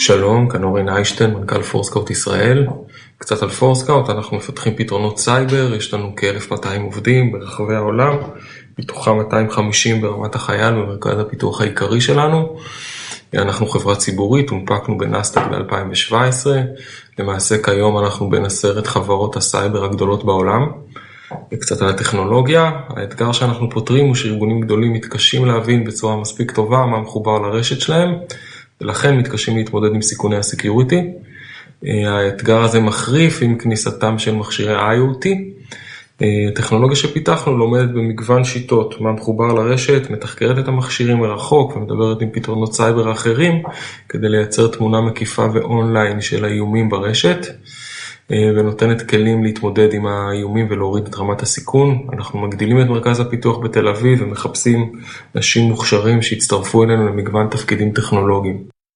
שלום, כאן אורן איישטיין, מנכ"ל פורסקאוט ישראל. קצת על פורסקאוט, אנחנו מפתחים פתרונות סייבר, יש לנו כ-1,200 עובדים ברחבי העולם, מתוכם 250 ברמת החייל במרכז הפיתוח העיקרי שלנו. אנחנו חברה ציבורית, הונפקנו בנסדק ב-2017, למעשה כיום אנחנו בין 10 חברות הסייבר הגדולות בעולם. וקצת על הטכנולוגיה, האתגר שאנחנו פותרים הוא שארגונים גדולים מתקשים להבין בצורה מספיק טובה מה מחובר לרשת שלהם, ולכן מתקשים להתמודד עם סיכוני הסקיוריטי. האתגר הזה מחריף עם כניסתם של מכשירי IoT. הטכנולוגיה שפיתחנו לומדת במגוון שיטות מה מחובר לרשת, מתחקרת את המכשירים מרחוק ומדברת עם פתרונות סייבר אחרים, כדי לייצר תמונה מקיפה ואונליין של האיומים ברשת, ונותנת כלים להתמודד עם האיומים ולהוריד את רמת הסיכון. אנחנו מגדילים את מרכז הפיתוח בתל אביב ומחפשים אנשים מוכשרים שהצטרפו אלינו למגוון תפקידים טכנולוגיים.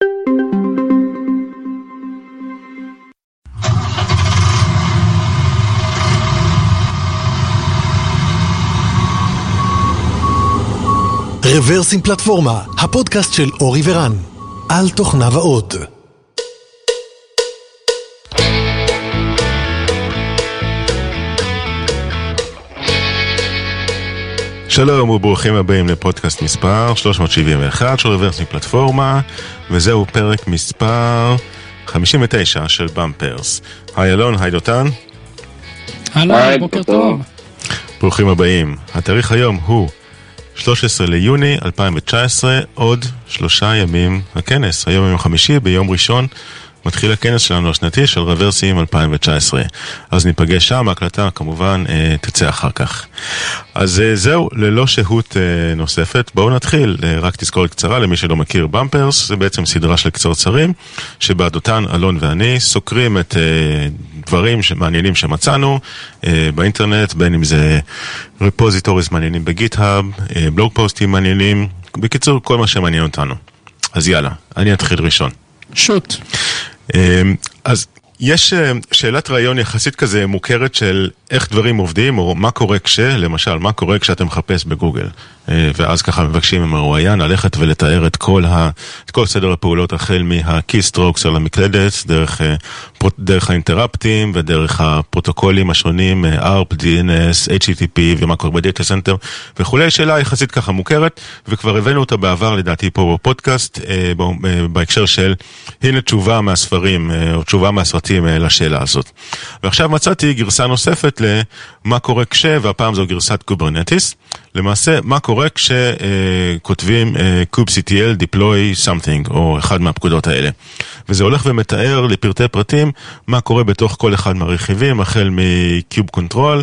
רוורסים פלטפורמה, הפודקאסט של אורי ורן, על תוכנה ועוד. שלום וברוכים הבאים לפודקאסט מספר 371 של רוורסים פלטפורמה, וזהו פרק מספר 59 של במפרס. היי אלון, היי דותן. היי, בוקר טוב. ברוכים הבאים. התאריך היום הוא 13 ליוני 2019, עוד 3 ימים הכנס. היום יום חמישי, ביום ראשון מתחיל הכנס שלנו השנתי של רוורסים 2019. אז ניפגש שם, ההקלטה כמובן תצא אחר כך. אז זהו, ללא שהות נוספת, בואו נתחיל. רק תזכורת קצרה למי שלא מכיר במפרס, זה בעצם סדרה של קצרצרים, שבה דותן, אלון ואני סוקרים את דברים מעניינים שמצאנו באינטרנט, בין אם זה רפוזיטוריז מעניינים בגיט-האב, בלוג פוסטים מעניינים, בקיצור כל מה שמעניין אותנו. אז יאללה, אני אתחיל ראשון. שוט. אז יש שאלת רעיון יחסית כזה מוכרת של איך דברים עובדים, או מה קורה למשל, מה קורה כשאתה מחפש בגוגל. ואז ככה מבקשים ממרואיין ללכת ולתאר את כל סדר הפעולות החל מה-keystrokes על המקלדת, דרך האינטראפטים ודרך הפרוטוקולים השונים, ARP, DNS, HTTP ומה קורה בדאטה סנטר וכולי. שאלה יחסית ככה מוכרת, וכבר הבאנו אותה בעבר לדעתי פה בפודקאסט, בהקשר של הנה תשובה מהספרים או תשובה מהסרטים לשאלה הזאת. ועכשיו מצאתי גרסה נוספת למה קורה והפעם זו גרסת קוברנטיס. למעשה, מה קורה כשכותבים kubectl deploy something, או אחד מהפקודות האלה. וזה הולך ומתאר לפרטי פרטים מה קורה בתוך כל אחד מהרכיבים, החל מ-Kube Control,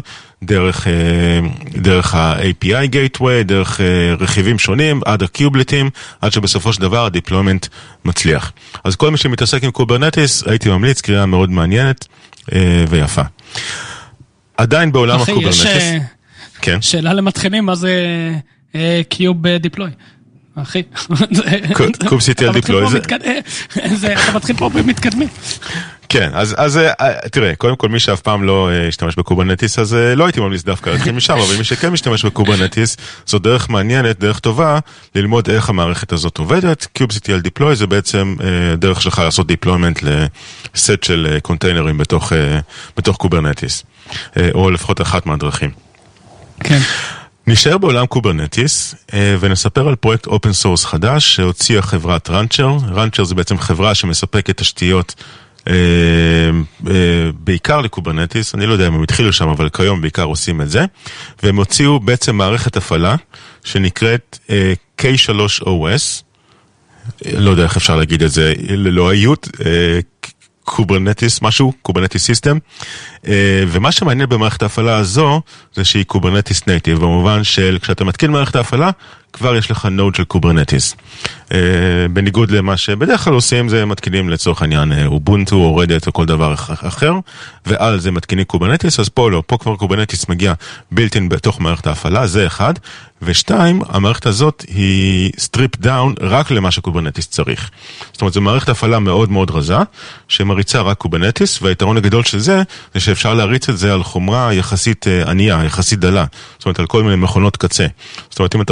דרך ה-API Gateway, דרך רכיבים שונים, עד הקיובלטים, עד שבסופו של דבר ה-deployment מצליח. אז כל מי שמתעסק עם קוברנטיס, הייתי ממליץ, קריאה מאוד מעניינת ויפה. עדיין בעולם הקוברנטיס... כן. שאלה למתחילים, מה זה קיוב דיפלוי? אחי. kubectl deploy. אתה מתחיל פה במתקדמים. כן, אז תראה, קודם כל מי שאף פעם לא השתמש בקוברנטיס, אז לא הייתי ממליץ דווקא להתחיל משם, אבל מי שכן משתמש בקוברנטיס, זו דרך מעניינת, דרך טובה, ללמוד איך המערכת הזאת עובדת. kubectl deploy זה בעצם דרך שלך לעשות deployment לסט של קונטיינרים בתוך קוברנטיס, או לפחות אחת מהדרכים. כן. נשאר בעולם קוברנטיס ונספר על פרויקט אופן סורס חדש שהוציאה חברת רנצ'ר. רנצ'ר זה בעצם חברה שמספקת תשתיות בעיקר לקוברנטיס, אני לא יודע אם הם התחילו שם, אבל כיום בעיקר עושים את זה, והם הוציאו בעצם מערכת הפעלה שנקראת K3OS, לא יודע איך אפשר להגיד את זה ללא איות, קוברנטיס משהו, קוברנטיס סיסטם, ומה שמעניין במערכת ההפעלה הזו, זה שהיא קוברנטיס נייטיב, במובן של כשאתה מתקין מערכת ההפעלה, כבר יש לך נוד של קוברנטיס. בניגוד למה שבדרך כלל עושים, זה מתקינים לצורך העניין אובונטו או רדט או כל דבר אחר, ועל זה מתקינים קוברנטיס, אז פה לא, פה כבר קוברנטיס מגיע בילטין בתוך מערכת ההפעלה, זה אחד, ושתיים, המערכת הזאת היא סטריפ דאון רק למה שקוברנטיס צריך. זאת אומרת, זו מערכת הפעלה מאוד מאוד רזה, שמריצה רק קוברנטיס, והיתרון הגדול של זה, זה שאפשר להריץ את זה על חומרה יחסית ענייה, יחסית דלה. זאת אומרת, על כל מיני מכונות קצה. זאת אומרת, אם אתה רוצה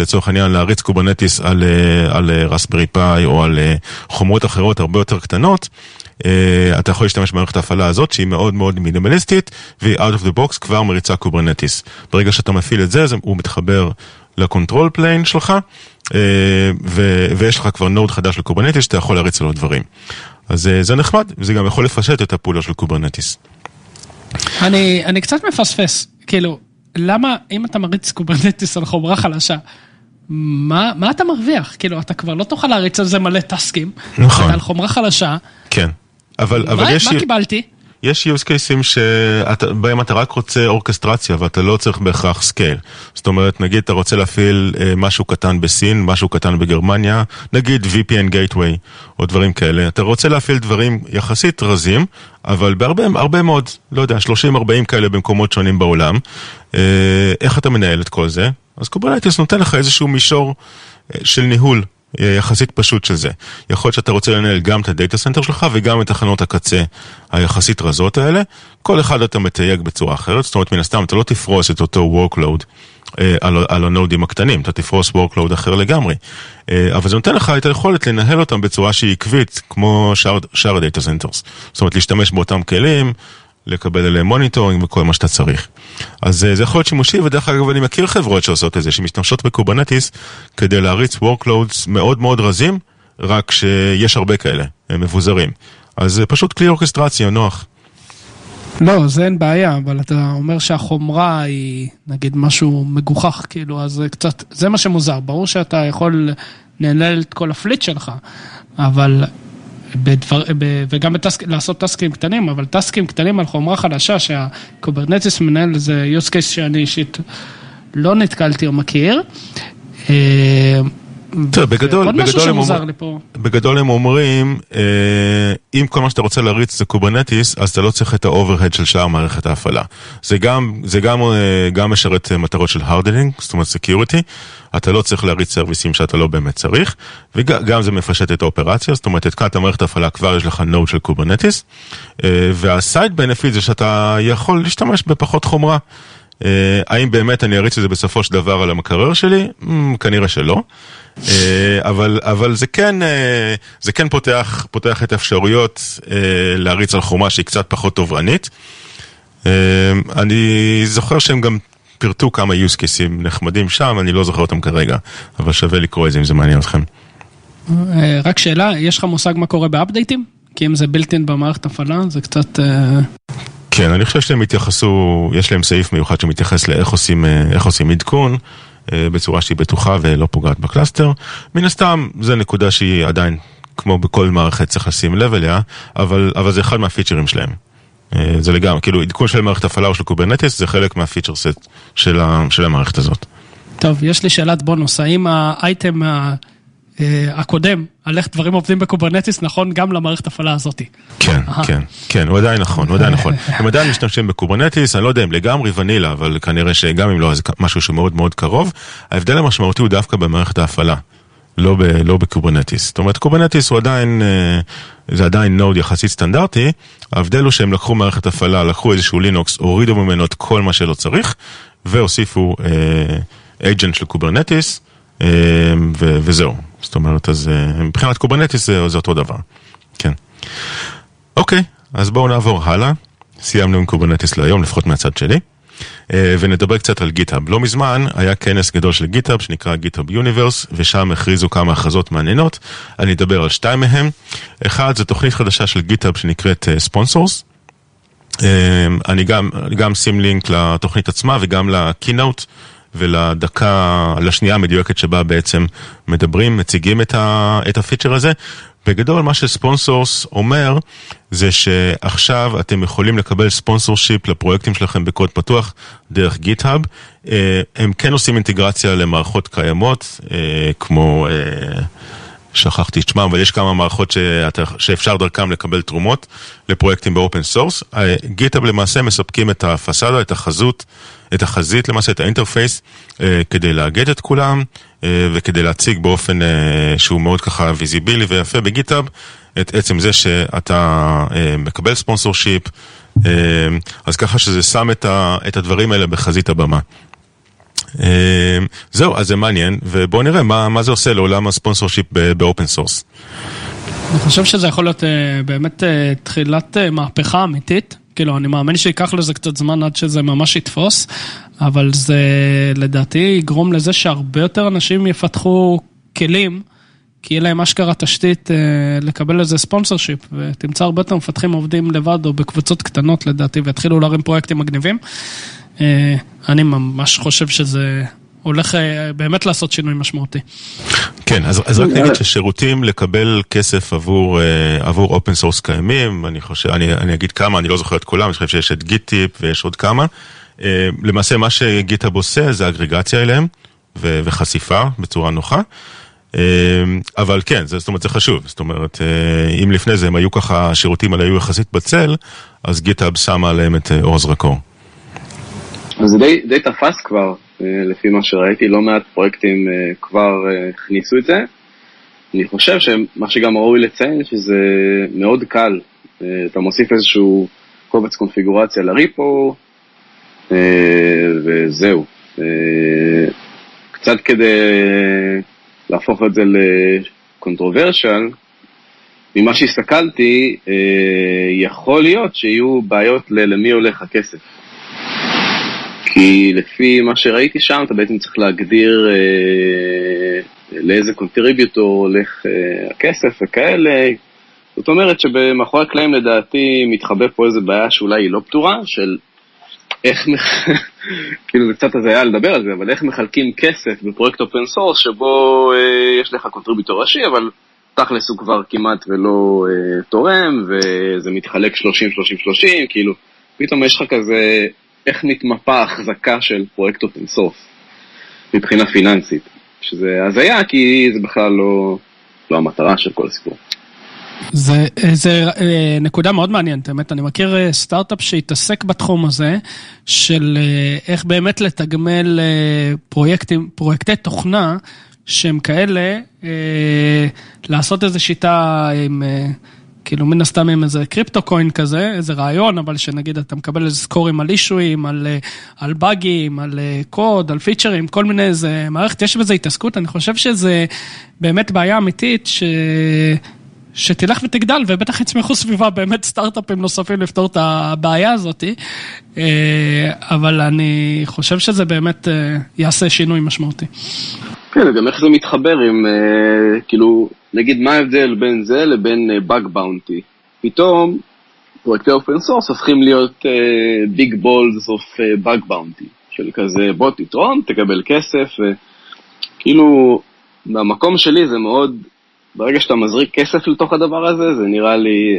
לצורך העניין להריץ קוברנטיס על רסברי פאי או על חומרות אחרות הרבה יותר קטנות, אתה יכול להשתמש במערכת ההפעלה הזאת שהיא מאוד מאוד מינימליסטית והיא out of the box כבר מריצה קוברנטיס. ברגע שאתה מפעיל את זה, הוא מתחבר לקונטרול פליין שלך, ויש לך כבר נוד חדש לקוברנטיס שאתה יכול להריץ עליו דברים. אז זה נחמד, וזה גם יכול לפשט את הפעולה של קוברנטיס. אני קצת מפספס, כאילו, למה אם אתה מריץ קוברנטיס על חומרה חלשה, מה אתה מרוויח? כאילו, אתה כבר לא תוכל להריץ על זה מלא טסקים, נכון. אתה על חומרה חלשה. כן. אבל יש... מה קיבלתי? יש use cases שבהם אתה רק רוצה אורקסטרציה, ואתה לא צריך בהכרח סקייל. זאת אומרת, נגיד אתה רוצה להפעיל משהו קטן בסין, משהו קטן בגרמניה, נגיד VPN Gateway, או דברים כאלה. אתה רוצה להפעיל דברים יחסית רזים, אבל בהרבה מאוד, לא יודע, 30-40 כאלה במקומות שונים בעולם. איך אתה מנהל את כל זה? אז קוברנטיס נותן לך איזשהו מישור של ניהול. יחסית פשוט של זה. יכול להיות שאתה רוצה לנהל גם את הדאטה סנטר שלך וגם את תחנות הקצה היחסית רזות האלה. כל אחד אתה מתייג בצורה אחרת, זאת אומרת מן הסתם אתה לא תפרוס את אותו workload על הנודים הקטנים, אתה תפרוס workload אחר לגמרי. אבל זה נותן לך את היכולת לנהל אותם בצורה שהיא עקבית, כמו שאר הדאטה סנטרס. זאת אומרת להשתמש באותם כלים, לקבל אליהם מוניטורינג וכל מה שאתה צריך. אז זה יכול להיות שימושי, ודרך אגב אני מכיר חברות שעושות את זה, שמשתמשות בקוברנטיס כדי להריץ workloads מאוד מאוד רזים, רק שיש הרבה כאלה, הם מבוזרים. אז זה פשוט כלי אורקסטרציה, נוח. לא, זה אין בעיה, אבל אתה אומר שהחומרה היא, נגיד, משהו מגוחך, כאילו, אז זה קצת, זה מה שמוזר. ברור שאתה יכול לנהל את כל הפליט שלך, אבל... וגם לעשות טסקים קטנים, אבל טסקים קטנים על חומרה חדשה שהקוברנטיס מנהל, זה use case שאני אישית לא נתקלתי או מכיר. בגדול הם אומרים, אם כל מה שאתה רוצה להריץ זה קוברנטיס, אז אתה לא צריך את האוברהד של שאר מערכת ההפעלה. זה גם משרת מטרות של הרדנינג, זאת אומרת סקיוריטי, אתה לא צריך להריץ סרוויסים שאתה לא באמת צריך, וגם זה מפשט את האופרציה, זאת אומרת, את המערכת ההפעלה כבר יש לך נוד של קוברנטיס, והסייד בנפיט זה שאתה יכול להשתמש בפחות חומרה. האם באמת אני אריץ את זה בסופו של דבר על המקרר שלי? כנראה שלא. אבל זה כן פותח את האפשרויות להריץ על חומה שהיא קצת פחות תובענית. אני זוכר שהם גם פירטו כמה use cases נחמדים שם, אני לא זוכר אותם כרגע, אבל שווה לקרוא את זה אם זה מעניין אתכם. רק שאלה, יש לך מושג מה קורה באפדייטים? כי אם זה בילט-אין במערכת הפעלה, זה קצת... כן, אני חושב שהם התייחסו, יש להם סעיף מיוחד שמתייחס לאיך עושים עדכון, בצורה שהיא בטוחה ולא פוגעת בקלאסטר. מן הסתם, זה נקודה שהיא עדיין, כמו בכל מערכת, צריך לשים לב אליה, אבל זה אחד מהפיצ'רים שלהם. זה לגמרי, כאילו, עדכון של מערכת הפעלה או של קוברנטיס, זה חלק מהפיצ'ר סט של המערכת הזאת. טוב, יש לי שאלת בונוס, האם האייטם הקודם, על איך דברים עובדים בקוברנטיס, נכון גם למערכת הפעלה הזאת? כן, הוא עדיין נכון, הם עדיין משתמשים בקוברנטיס, אני לא יודע אם לגמרי ונילה, אבל כנראה שגם אם לא, זה משהו שמאוד מאוד קרוב, ההבדל המשמעותי הוא דווקא במערכת ההפעלה, לא בקוברנטיס. זאת אומרת, קוברנטיס הוא עדיין, זה עדיין נוד יחסית סטנדרטי, ההבדל הוא שהם לקחו מערכת הפעלה, לקחו איזשהו לינוקס, הורידו ממנו את כל מה שלא צריך, והוסיפו agent של קוברנטיס, וזהו. זאת אומרת, אז מבחינת קוברנטיס זה אותו דבר. כן. אוקיי, אז בואו נעבור הלאה. סיימנו עם קוברנטיס להיום, לפחות מהצד שלי. ונדבר קצת על גיטהאב. לא מזמן היה כנס גדול של גיטהאב, שנקרא גיטהאב יוניברס, ושם הכריזו כמה הכרזות מעניינות. אני אדבר על 2 מהם. אחד, זו תוכנית חדשה של גיטהאב שנקראת ספונסורס. אני גם שים לינק לתוכנית עצמה וגם לקינאוט, לשנייה המדויקת שבה בעצם מציגים את הפיצ'ר הזה. בגדול מה שספונסורס אומר זה שעכשיו אתם יכולים לקבל ספונסורשיפ לפרויקטים שלכם בקוד פתוח דרך גיטהאב. הם כן עושים אינטגרציה למערכות קיימות, כמו, שכחתי את שמם, אבל יש כמה מערכות שאפשר דרכם לקבל תרומות לפרויקטים באופן סורס. גיטהאב למעשה מספקים את הפסאדה, את החזית למעשה, את האינטרפייס, כדי לאגד את כולם, וכדי להציג באופן שהוא מאוד ככה ויזיבילי ויפה בגיטהאב, את עצם זה שאתה מקבל ספונסורשיפ, אז ככה שזה שם את הדברים האלה בחזית הבמה. זהו, אז זה מעניין, ובואו נראה מה זה עושה לעולם הספונסורשיפ באופן סורס. אני חושב שזה יכול להיות באמת תחילת מהפכה אמיתית, כאילו אני מאמין שיקח לזה קצת זמן עד שזה ממש יתפוס, אבל זה לדעתי יגרום לזה שהרבה יותר אנשים יפתחו כלים, כי יהיה להם אשכרה תשתית לקבל איזה ספונסורשיפ, ותמצא הרבה יותר מפתחים עובדים לבד או בקבוצות קטנות לדעתי, והתחילו להרים פרויקטים מגניבים. אני ממש חושב שזה הולך באמת לעשות שינוי משמעותי. כן, אז רק נגיד ששירותים לקבל כסף עבור אופן סורס קיימים, אני אגיד כמה, אני לא זוכר את כולם, אני חושב שיש את גיט-טיפ ויש עוד כמה. למעשה מה שגיט-טיפ עושה זה אגרגציה אליהם וחשיפה בצורה נוחה. אבל כן, זאת אומרת, זה חשוב. זאת אומרת, אם לפני זה הם היו ככה, השירותים האלה היו יחסית בצל, אז גיט-טיפ שמה עליהם את אור הזרקור. אז זה די תפס כבר, לפי מה שראיתי, לא מעט פרויקטים כבר הכניסו את זה. אני חושב שמה שגם ראוי לציין, שזה מאוד קל. אתה מוסיף איזשהו קובץ קונפיגורציה לריפו, וזהו. קצת כדי להפוך את זה לקונטרוברשל, ממה שהסתכלתי, יכול להיות שיהיו בעיות למי הולך הכסף. כי לפי מה שראיתי שם, אתה בעצם צריך להגדיר לאיזה קונטריביוטור הולך הכסף וכאלה. זאת אומרת שבמאחורי הקלעים לדעתי מתחבא פה איזו בעיה שאולי היא לא פתורה, של איך, כאילו זה קצת הזיה לדבר על זה, אבל איך מחלקים כסף בפרויקט אופן סורס, שבו יש לך קונטריביוטור ראשי, אבל תכלס הוא כבר כמעט ולא תורם, וזה מתחלק 30-30-30, כאילו פתאום יש לך כזה, איך מתמפה ההחזקה של פרויקט אופן סורס, מבחינה פיננסית, שזה הזיה, כי זה בכלל לא המטרה של כל הסיפור. זה נקודה מאוד מעניינת, באמת, אני מכיר סטארט-אפ שהתעסק בתחום הזה, של איך באמת לתגמל פרויקטי תוכנה, שהם כאלה, לעשות איזו שיטה עם, כאילו מן הסתם עם איזה קריפטו קוין כזה, איזה רעיון, אבל שנגיד אתה מקבל איזה סקורים על אישויים, על באגים, על קוד, על פיצ'רים, כל מיני איזה מערכת, יש בזה התעסקות, אני חושב שזה באמת בעיה אמיתית שתלך ותגדל, ובטח יצמחו סביבה באמת סטארט-אפים נוספים לפתור את הבעיה הזאת, אבל אני חושב שזה באמת יעשה שינוי משמעותי. כן, גם איך זה מתחבר עם, כאילו, נגיד מה ההבדל בין זה לבין bug bounty. פתאום, פרויקטי open source הופכים להיות big balls of bug bounty, של כזה בוא תתרום, תקבל כסף, כאילו, במקום שלי זה מאוד, ברגע שאתה מזריק כסף לתוך הדבר הזה, זה נראה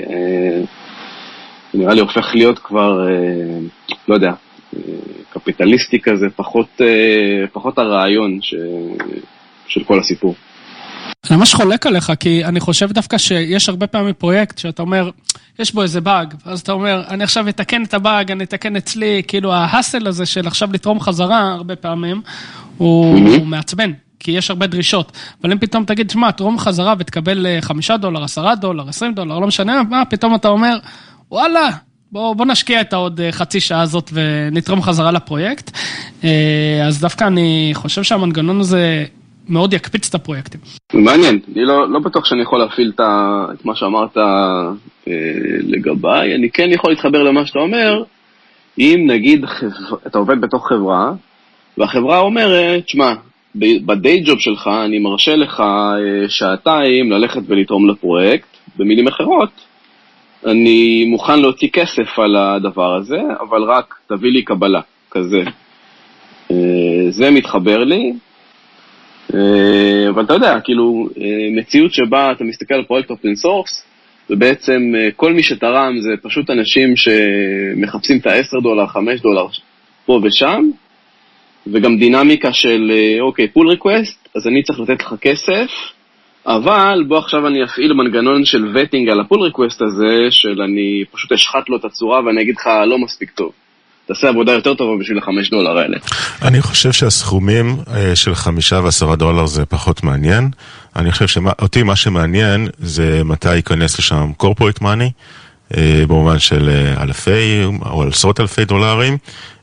לי הופך להיות כבר, לא יודע, קפיטליסטי כזה, פחות הרעיון של כל הסיפור. אני ממש חולק עליך, כי אני חושב דווקא שיש הרבה פעמים פרויקט שאתה אומר, יש בו איזה באג, אז אתה אומר, אני עכשיו אתקן את הבאג, אני אתקן אצלי, כאילו ההסל הזה של עכשיו לתרום חזרה, הרבה פעמים, הוא מעצבן. כי יש הרבה דרישות, אבל אם פתאום תגיד, שמה, תרום חזרה ותקבל $5, $10, $20, לא משנה, מה, פתאום אתה אומר, וואלה, בוא נשקיע את העוד חצי שעה הזאת ונתרום חזרה לפרויקט, אז דווקא אני חושב שהמנגנון הזה מאוד יקפיץ את הפרויקטים. מעניין, אני לא בטוח שאני יכול להפעיל את מה שאמרת לגביי, אני כן יכול להתחבר למה שאתה אומר, אם נגיד אתה עובד בתוך חברה, והחברה אומרת, שמה, בדיי ג'וב שלך אני מרשה לך שעתיים ללכת ולתרום לפרויקט, במילים אחרות, אני מוכן להוציא כסף על הדבר הזה, אבל רק תביא לי קבלה, כזה. זה מתחבר לי, אבל אתה יודע, כאילו, מציאות שבה אתה מסתכל על פרויקט אופן סורס, ובעצם כל מי שתרם זה פשוט אנשים שמחפשים את $10, $5 פה ושם, וגם דינמיקה של, אוקיי, פול ריקווסט, אז אני צריך לתת לך כסף, אבל בוא עכשיו אני אפעיל מנגנון של וטינג על הפול ריקווסט הזה, של אני פשוט אשחט לו את הצורה ואני אגיד לך לא מספיק טוב. תעשה עבודה יותר טובה בשביל $5 האלה. אני חושב שהסכומים של $5 ו$10 זה פחות מעניין. אני חושב שאותי מה שמעניין זה מתי ייכנס לשם corporate money, במובן של אלפי או עשרות אלפי דולרים,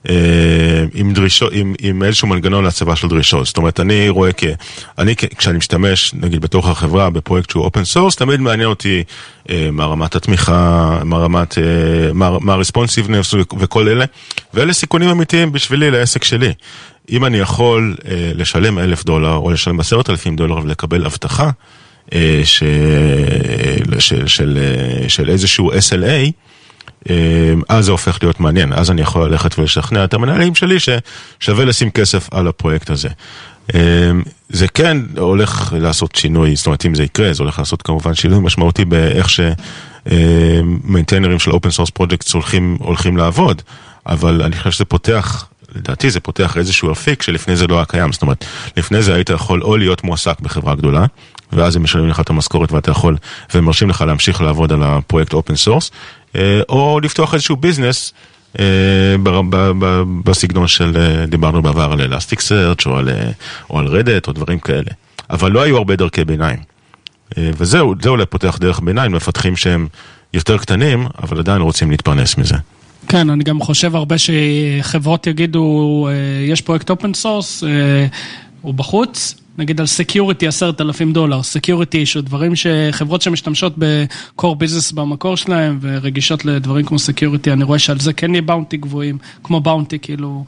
עם איזשהו מנגנון להצבה של דרישות. זאת אומרת, אני רואה כשאני משתמש, נגיד, בתוך החברה, בפרויקט שהוא אופן סורס, תמיד מעניין אותי מה רמת התמיכה, מה הרספונסיבנס וכל אלה, ואלה סיכונים אמיתיים בשבילי, לעסק שלי. אם אני יכול לשלם $1,000 או לשלם $10,000 ולקבל הבטחה של איזשהו SLA, אז זה הופך להיות מעניין. אז אני יכול ללכת ולשכנע את המנהלים שלי ששווה לשים כסף על הפרויקט הזה. זה כן הולך לעשות שינוי, זאת אומרת אם זה יקרה, זה הולך לעשות כמובן שינוי משמעותי באיך שמיינטיינרים של open source projects הולכים לעבוד, אבל אני חושב שזה פותח, לדעתי זה פותח איזשהו אפיק שלפני זה לא היה קיים. זאת אומרת, לפני זה היית יכול או להיות מועסק בחברה גדולה, ואז הם משלמים לך את המשכורת ואתה יכול, ומרשים לך להמשיך לעבוד על הפרויקט open source, או לפתוח איזשהו ביזנס בסגנון של, דיברנו בעבר על Elasticsearch או על Reddit או דברים כאלה. אבל לא היו הרבה דרכי ביניים. וזהו, זה אולי פותח דרך ביניים, מפתחים שהם יותר קטנים, אבל עדיין רוצים להתפרנס מזה. כן, אני גם חושב הרבה שחברות יגידו, יש פרויקט אופן סורס, הוא בחוץ, נגיד על סקיוריטי $10,000, סקיוריטי אישו, דברים שחברות שמשתמשות בקור ביזנס במקור שלהם, ורגישות לדברים כמו סקיוריטי, אני רואה שעל זה כן יהיה באונטי גבוהים, כמו באונטי, כאילו,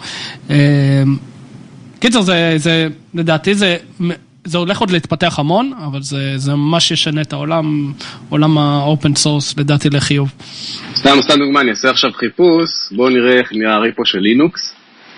קיצר, זה, לדעתי, זה הולך עוד להתפתח המון, אבל זה ממש ישנה את העולם, עולם האופן סורס, לדעתי לחיוב. סתם דוגמה, אני אעשה עכשיו חיפוש, בואו נראה איך נראה הריפו של לינוקס,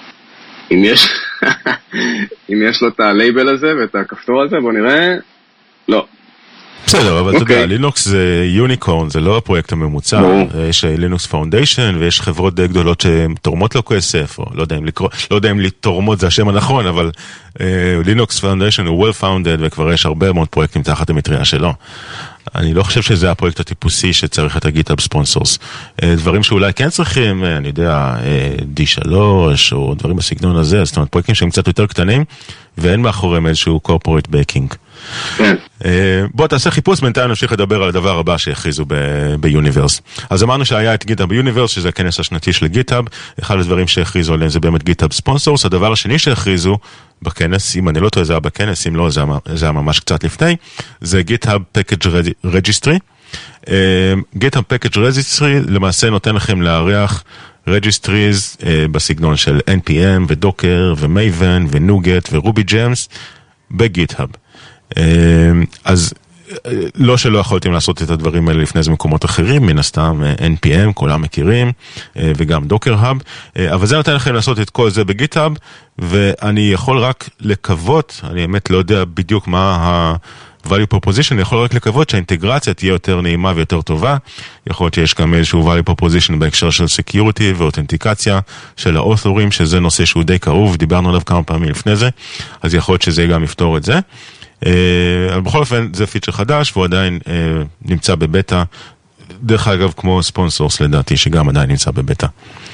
אם יש לו את הלייבל הזה ואת הכפתור הזה, בואו נראה, לא. בסדר, אבל אתה יודע, לינוקס זה יוניקורן, זה לא הפרויקט הממוצע, יש לינוקס פאונדיישן, ויש חברות די גדולות שתורמות לו כסף, או לא יודע אם לתורמות זה השם הנכון, אבל לינוקס פאונדיישן הוא well founded, וכבר יש הרבה מאוד פרויקטים תחת המטריה שלו. אני לא חושב שזה הפרויקט הטיפוסי שצריך את הגיטהאב ספונסורס. דברים שאולי כן צריכים, אני יודע, D3 או דברים בסגנון הזה, זאת אומרת, פרויקטים שהם קצת יותר קטנים, ואין מאחוריהם איזשהו corporate backing. בוא תעשה חיפוש, בינתיים נמשיך לדבר על הדבר הבא שהכריזו ביוניברס. אז אמרנו שהיה את גיטהאב ביוניברס, שזה הכנס השנתי של גיטהאב, אחד הדברים שהכריזו עליהם זה באמת גיטהאב ספונסורס. הדבר השני שהכריזו בכנס, אם אני לא טועה זה היה בכנס, אם לא זה היה ממש קצת לפני, זה גיטהאב פקאג' רג'יסטרי. גיטהאב פקאג' רג'יסטרי למעשה נותן לכם לארח registries בסגנון של NPM ודוקר ומייבן ונוגט ורובי ג'יימס בגיטהאב. אז לא שלא יכולתם לעשות את הדברים האלה לפני זה מקומות אחרים, מן הסתם NPM, כולם מכירים, וגם דוקר האב, אבל זה נותן לכם לעשות את כל זה בגיטהאב, ואני יכול רק לקוות, אני באמת לא יודע בדיוק מה ה-value proposition, אני יכול רק לקוות שהאינטגרציה תהיה יותר נעימה ויותר טובה, יכול להיות שיש גם איזשהו value proposition בהקשר של security ואותנטיקציה של האות'ורים, שזה נושא שהוא די קרוב, דיברנו עליו כמה פעמים לפני זה, אז יכול להיות שזה גם יפתור את זה. אבל בכל אופן זה פיצ'ר חדש והוא עדיין נמצא בבטא, דרך אגב כמו ספונסורס לדעתי שגם עדיין נמצא בבטא.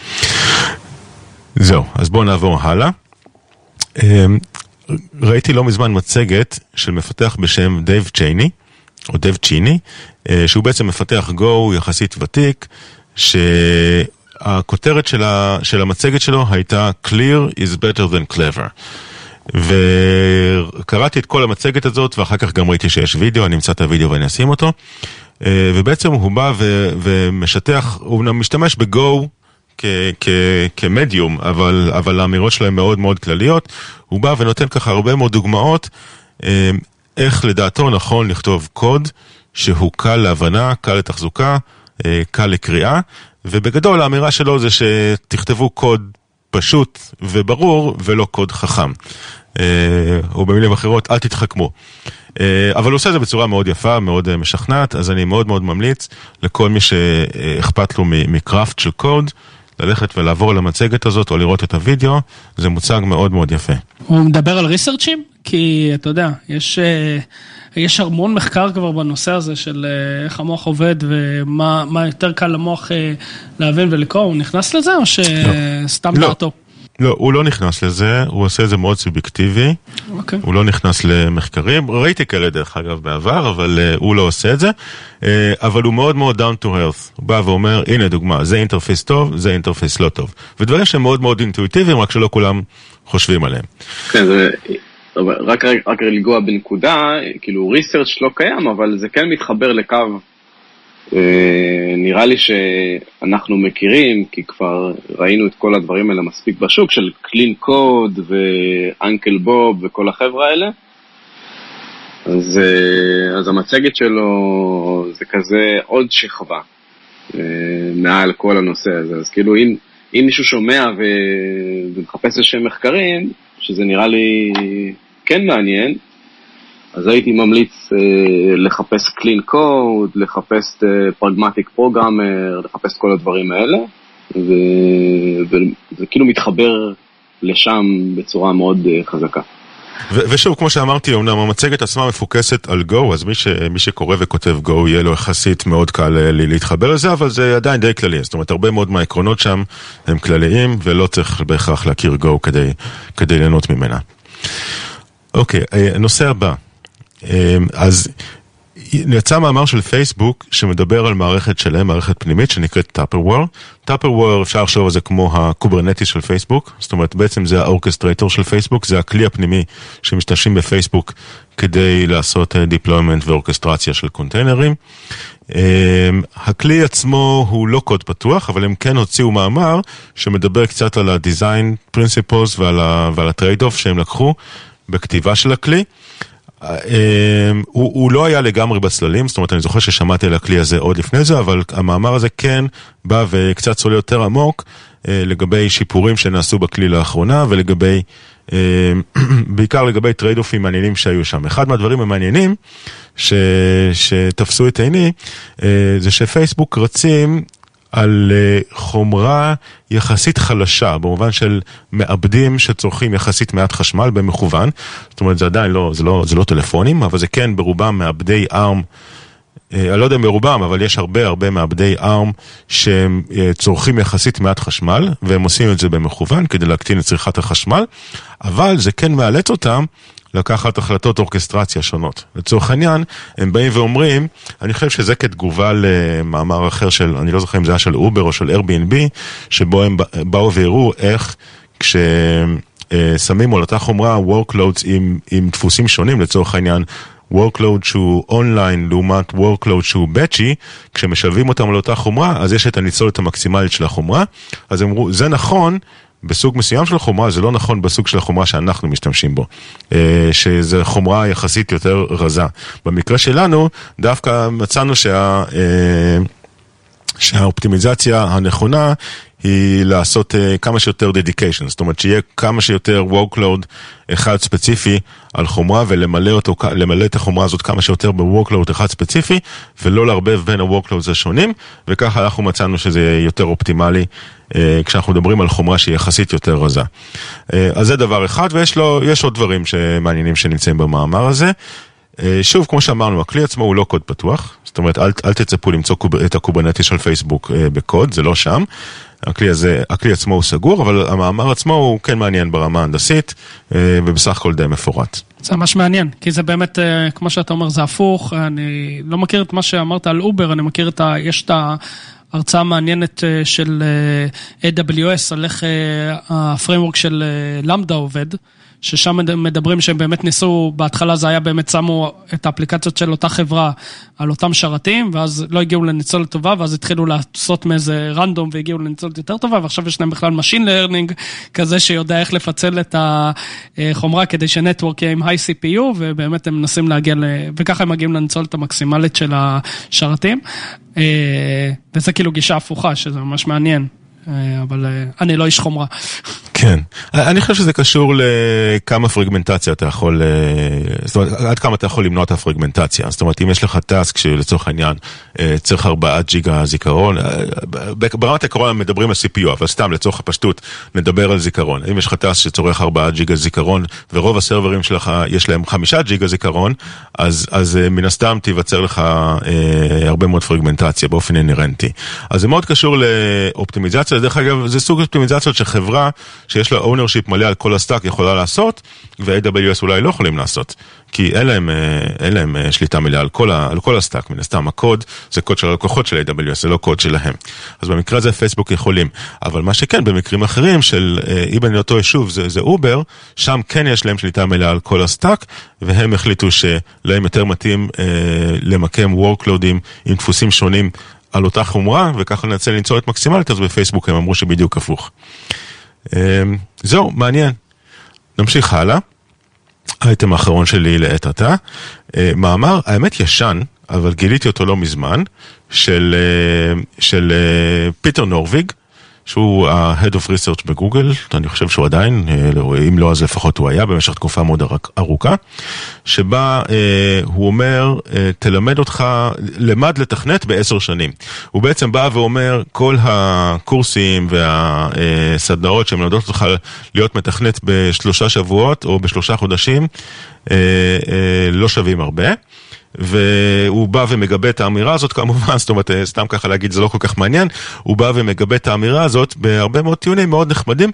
זהו, אז בואו נעבור הלאה. ראיתי לא מזמן מצגת של מפתח בשם דייב צ'ייני או דייב צ'יני, שהוא בעצם מפתח גו יחסית ותיק, שהכותרת של המצגת שלו הייתה Clear is better than clever. וקראתי את כל המצגת הזאת, ואחר כך גם ראיתי שיש וידאו, אני אמצא את הוידאו ואני אשים אותו, ובעצם הוא בא ומשטח, הוא משתמש בגו כמדיום, אבל האמירות שלהם מאוד מאוד כלליות, הוא בא ונותן ככה הרבה מאוד דוגמאות, איך לדעתו נכון לכתוב קוד, שהוא קל להבנה, קל לתחזוקה, קל לקריאה, ובגדול האמירה שלו זה שתכתבו קוד פשוט וברור ולא קוד חכם. או במילים אחרות, אל תתחכמו. אבל הוא עושה את זה בצורה מאוד יפה, מאוד משכנעת, אז אני מאוד מאוד ממליץ לכל מי שאכפת לו מקראפט של קוד, ללכת ולעבור למצגת הזאת או לראות את הוידאו, זה מוצג מאוד מאוד יפה. הוא מדבר על ריסרצ'ים? כי אתה יודע, יש המון מחקר כבר בנושא הזה של איך המוח עובד ומה יותר קל למוח להבין ולקרוא, הוא נכנס לזה או שסתם דעתו? לא, הוא לא נכנס לזה, הוא עושה את זה מאוד סובייקטיבי, הוא לא נכנס למחקרים, ראיתי כאלה דרך אגב בעבר, אבל הוא לא עושה את זה, אבל הוא מאוד מאוד down to earth, הוא בא ואומר, הנה דוגמה, זה אינטרפייס טוב, זה אינטרפייס לא טוב, ודברים שהם מאוד מאוד אינטואיטיביים, רק שלא כולם חושבים עליהם. כן, זה רק לגוע בנקודה, כאילו ריסרצ' לא קיים, אבל זה כן מתחבר לקו, נראה לי שאנחנו מכירים, כי כבר ראינו את כל הדברים האלה מספיק בשוק, של קלין קוד ואנקל בוב וכל החבר'ה האלה. אז המצגת שלו זה כזה עוד שכבה מעל כל הנושא הזה. אז כאילו אם מישהו שומע ומחפש איזשהם מחקרים, שזה נראה לי כן מעניין, אז הייתי ממליץ לחפש clean code, לחפש pragmatic programmer, לחפש כל הדברים האלה, וזה כאילו מתחבר לשם בצורה מאוד חזקה. ושוב, כמו שאמרתי, אומנם המצגת עצמה מפוקסת על Go, אז מי שקורא וכותב Go יהיה לו יחסית מאוד קל להתחבר לזה, אבל זה עדיין די כללי. זאת אומרת, הרבה מאוד מהעקרונות שם הם כלליים, ולא צריך בהכרח להכיר Go כדי ליהנות ממנה. אוקיי, הנושא הבא. אז יצא מאמר של פייסבוק שמדבר על מערכת שלהם, מערכת פנימית שנקראת Tupperware. Tupperware אפשר לחשוב על זה כמו הקוברנטיס של פייסבוק, זאת אומרת בעצם זה האורקסטרייטור של פייסבוק, זה הכלי הפנימי שמשתמשים בפייסבוק כדי לעשות deployment ואורקסטרציה של קונטיינרים. הכלי עצמו הוא לא קוד פתוח, אבל הם כן הוציאו מאמר שמדבר קצת על ה-design principles ועל ה-trade-off שהם לקחו בכתיבה של הכלי. הוא לא היה לגמרי בסללים, זאת אומרת אני זוכר ששמעתי על הכלי הזה עוד לפני זה, אבל המאמר הזה כן בא וקצת צולל יותר עמוק לגבי שיפורים שנעשו בכלי לאחרונה, ולגבי בעיקר לגבי טרייד-אופים מעניינים שהיו שם. אחד מהדברים המעניינים שתפסו את עיני זה שפייסבוק רצים על חומרה יחסית חלשה, במובן של מעבדים שצורכים יחסית מעט חשמל במכוון, זאת אומרת זה עדיין לא, זה לא טלפונים, אבל זה כן ברובם מעבדי ARM, אני לא יודע ברובם, אבל יש הרבה מעבדי ARM שהם צורכים יחסית מעט חשמל, והם עושים את זה במכוון כדי להקטין את צריכת החשמל, אבל זה כן מאלץ אותם לקחת החלטות אורקסטרציה שונות. לצורך העניין, הם באים ואומרים, אני חושב שזה כתגובה למאמר אחר של, אני לא זוכר אם זה היה של אובר או של Airbnb, שבו הם באו והראו איך כששמים על אותה חומרה workloads עם דפוסים שונים, לצורך העניין, workload שהוא אונליין לעומת workload שהוא batchy, כשמשלבים אותם על אותה חומרה, אז יש את הניצולת המקסימלית של החומרה, אז הם אמרו, זה נכון, בסוג מסוים של החומרה, זה לא נכון בסוג של החומרה שאנחנו משתמשים בו, שזה חומרה יחסית יותר רזה. במקרה שלנו, דווקא מצאנו שהאופטימיזציה הנכונה היא לעשות כמה שיותר dedication, זאת אומרת שיהיה כמה שיותר workload אחד ספציפי על חומרה, ולמלא את החומרה הזאת כמה שיותר ב-workload אחד ספציפי, ולא להרבב בין ה-workloads השונים, וככה אנחנו מצאנו שזה יותר אופטימלי, כשאנחנו מדברים על חומרה שהיא יחסית יותר רזה. אז זה דבר אחד, ויש עוד דברים שמעניינים שנמצאים במאמר הזה. שוב, כמו שאמרנו, הכלי עצמו הוא לא קוד פתוח, זאת אומרת, אל תצפו למצוא את הקוברנטיס של פייסבוק בקוד, זה לא שם. הכלי עצמו הוא סגור, אבל המאמר עצמו הוא כן מעניין ברמה ההנדסית, ובסך הכל די מפורט. זה ממש מעניין, כי זה באמת, כמו שאתה אומר, זה הפוך. אני לא מכיר את מה שאמרת על אובר, אני מכיר יש את ההרצאה המעניינת של AWS, על איך הפריימוורק של למדה עובד, ששם מדברים שהם באמת ניסו, בהתחלה זה היה באמת שמו את האפליקציות של אותה חברה על אותם שרתים, ואז לא הגיעו לניצולת טובה, ואז התחילו לעשות מאיזה רנדום והגיעו לניצולת יותר טובה, ועכשיו יש להם בכלל Machine Learning כזה שיודע איך לפצל את החומרה כדי שנטוורק יהיה עם High CPU, ובאמת הם מנסים להגיע, וככה הם מגיעים לניצולת המקסימלית של השרתים, וזה כאילו גישה הפוכה, שזה ממש מעניין. אבל אני לא איש חומרה. כן, אני חושב שזה קשור לכמה פרגמנטציה אתה יכול, זאת אומרת, עד כמה אתה יכול למנוע את הפרגמנטציה. זאת אומרת, אם יש לך טאסק שלצורך העניין צריך 4 ג'יגה זיכרון, ברמת העיקרון מדברים על CPU, אבל סתם לצורך הפשטות נדבר על זיכרון. אם יש לך טאסק שצורך 4 ג'יגה זיכרון, ורוב הסרברים שלך יש להם 5 ג'יגה זיכרון, אז מן הסתם תיווצר לך הרבה מאוד פרגמנטציה באופן אינרנטי. אז זה מאוד קשור לאופטימיזציה אופטימיזציה, דרך אגב, זה סוג אופטימיזציות שחברה שיש לה ownership מלא על כל הסטאק יכולה לעשות, ו-AWS אולי לא יכולים לעשות, כי אין להם שליטה מלאה על כל הסטאק, מן הסתם, הקוד זה קוד של הלקוחות של AWS, זה לא קוד שלהם. אז במקרה הזה פייסבוק יכולים, אבל מה שכן, במקרים אחרים של איבן לאותו יישוב, זה אובר, שם כן יש להם שליטה מלאה על כל הסטאק, והם החליטו שלהם יותר מתאים למקם workloadים עם דפוסים שונים על אותה חומרה, וככה ננסה למצוא את מקסימלית, אז בפייסבוק הם אמרו שבדיוק הפוך. זהו, מעניין. נמשיך הלאה. האייטם האחרון שלי לעת עתה. מאמר, האמת ישן, אבל גיליתי אותו לא מזמן, של פיטר נורוויג, שהוא ה-Head of Research בגוגל, אני חושב שהוא עדיין, אם לא אז לפחות הוא היה, במשך תקופה מאוד ארוכה, שבה הוא אומר, תלמד אותך, למד לתכנת ב10 שנים. הוא בעצם בא ואומר, כל הקורסים והסדנאות שמלמדות אותך להיות מתכנת ב3 שבועות או ב3 חודשים, לא שווים הרבה. והוא בא ומגבה את האמירה הזאת כמובן, זאת אומרת, סתם ככה להגיד זה לא כל כך מעניין, הוא בא ומגבה את האמירה הזאת בהרבה מאוד טיעונים מאוד נחמדים,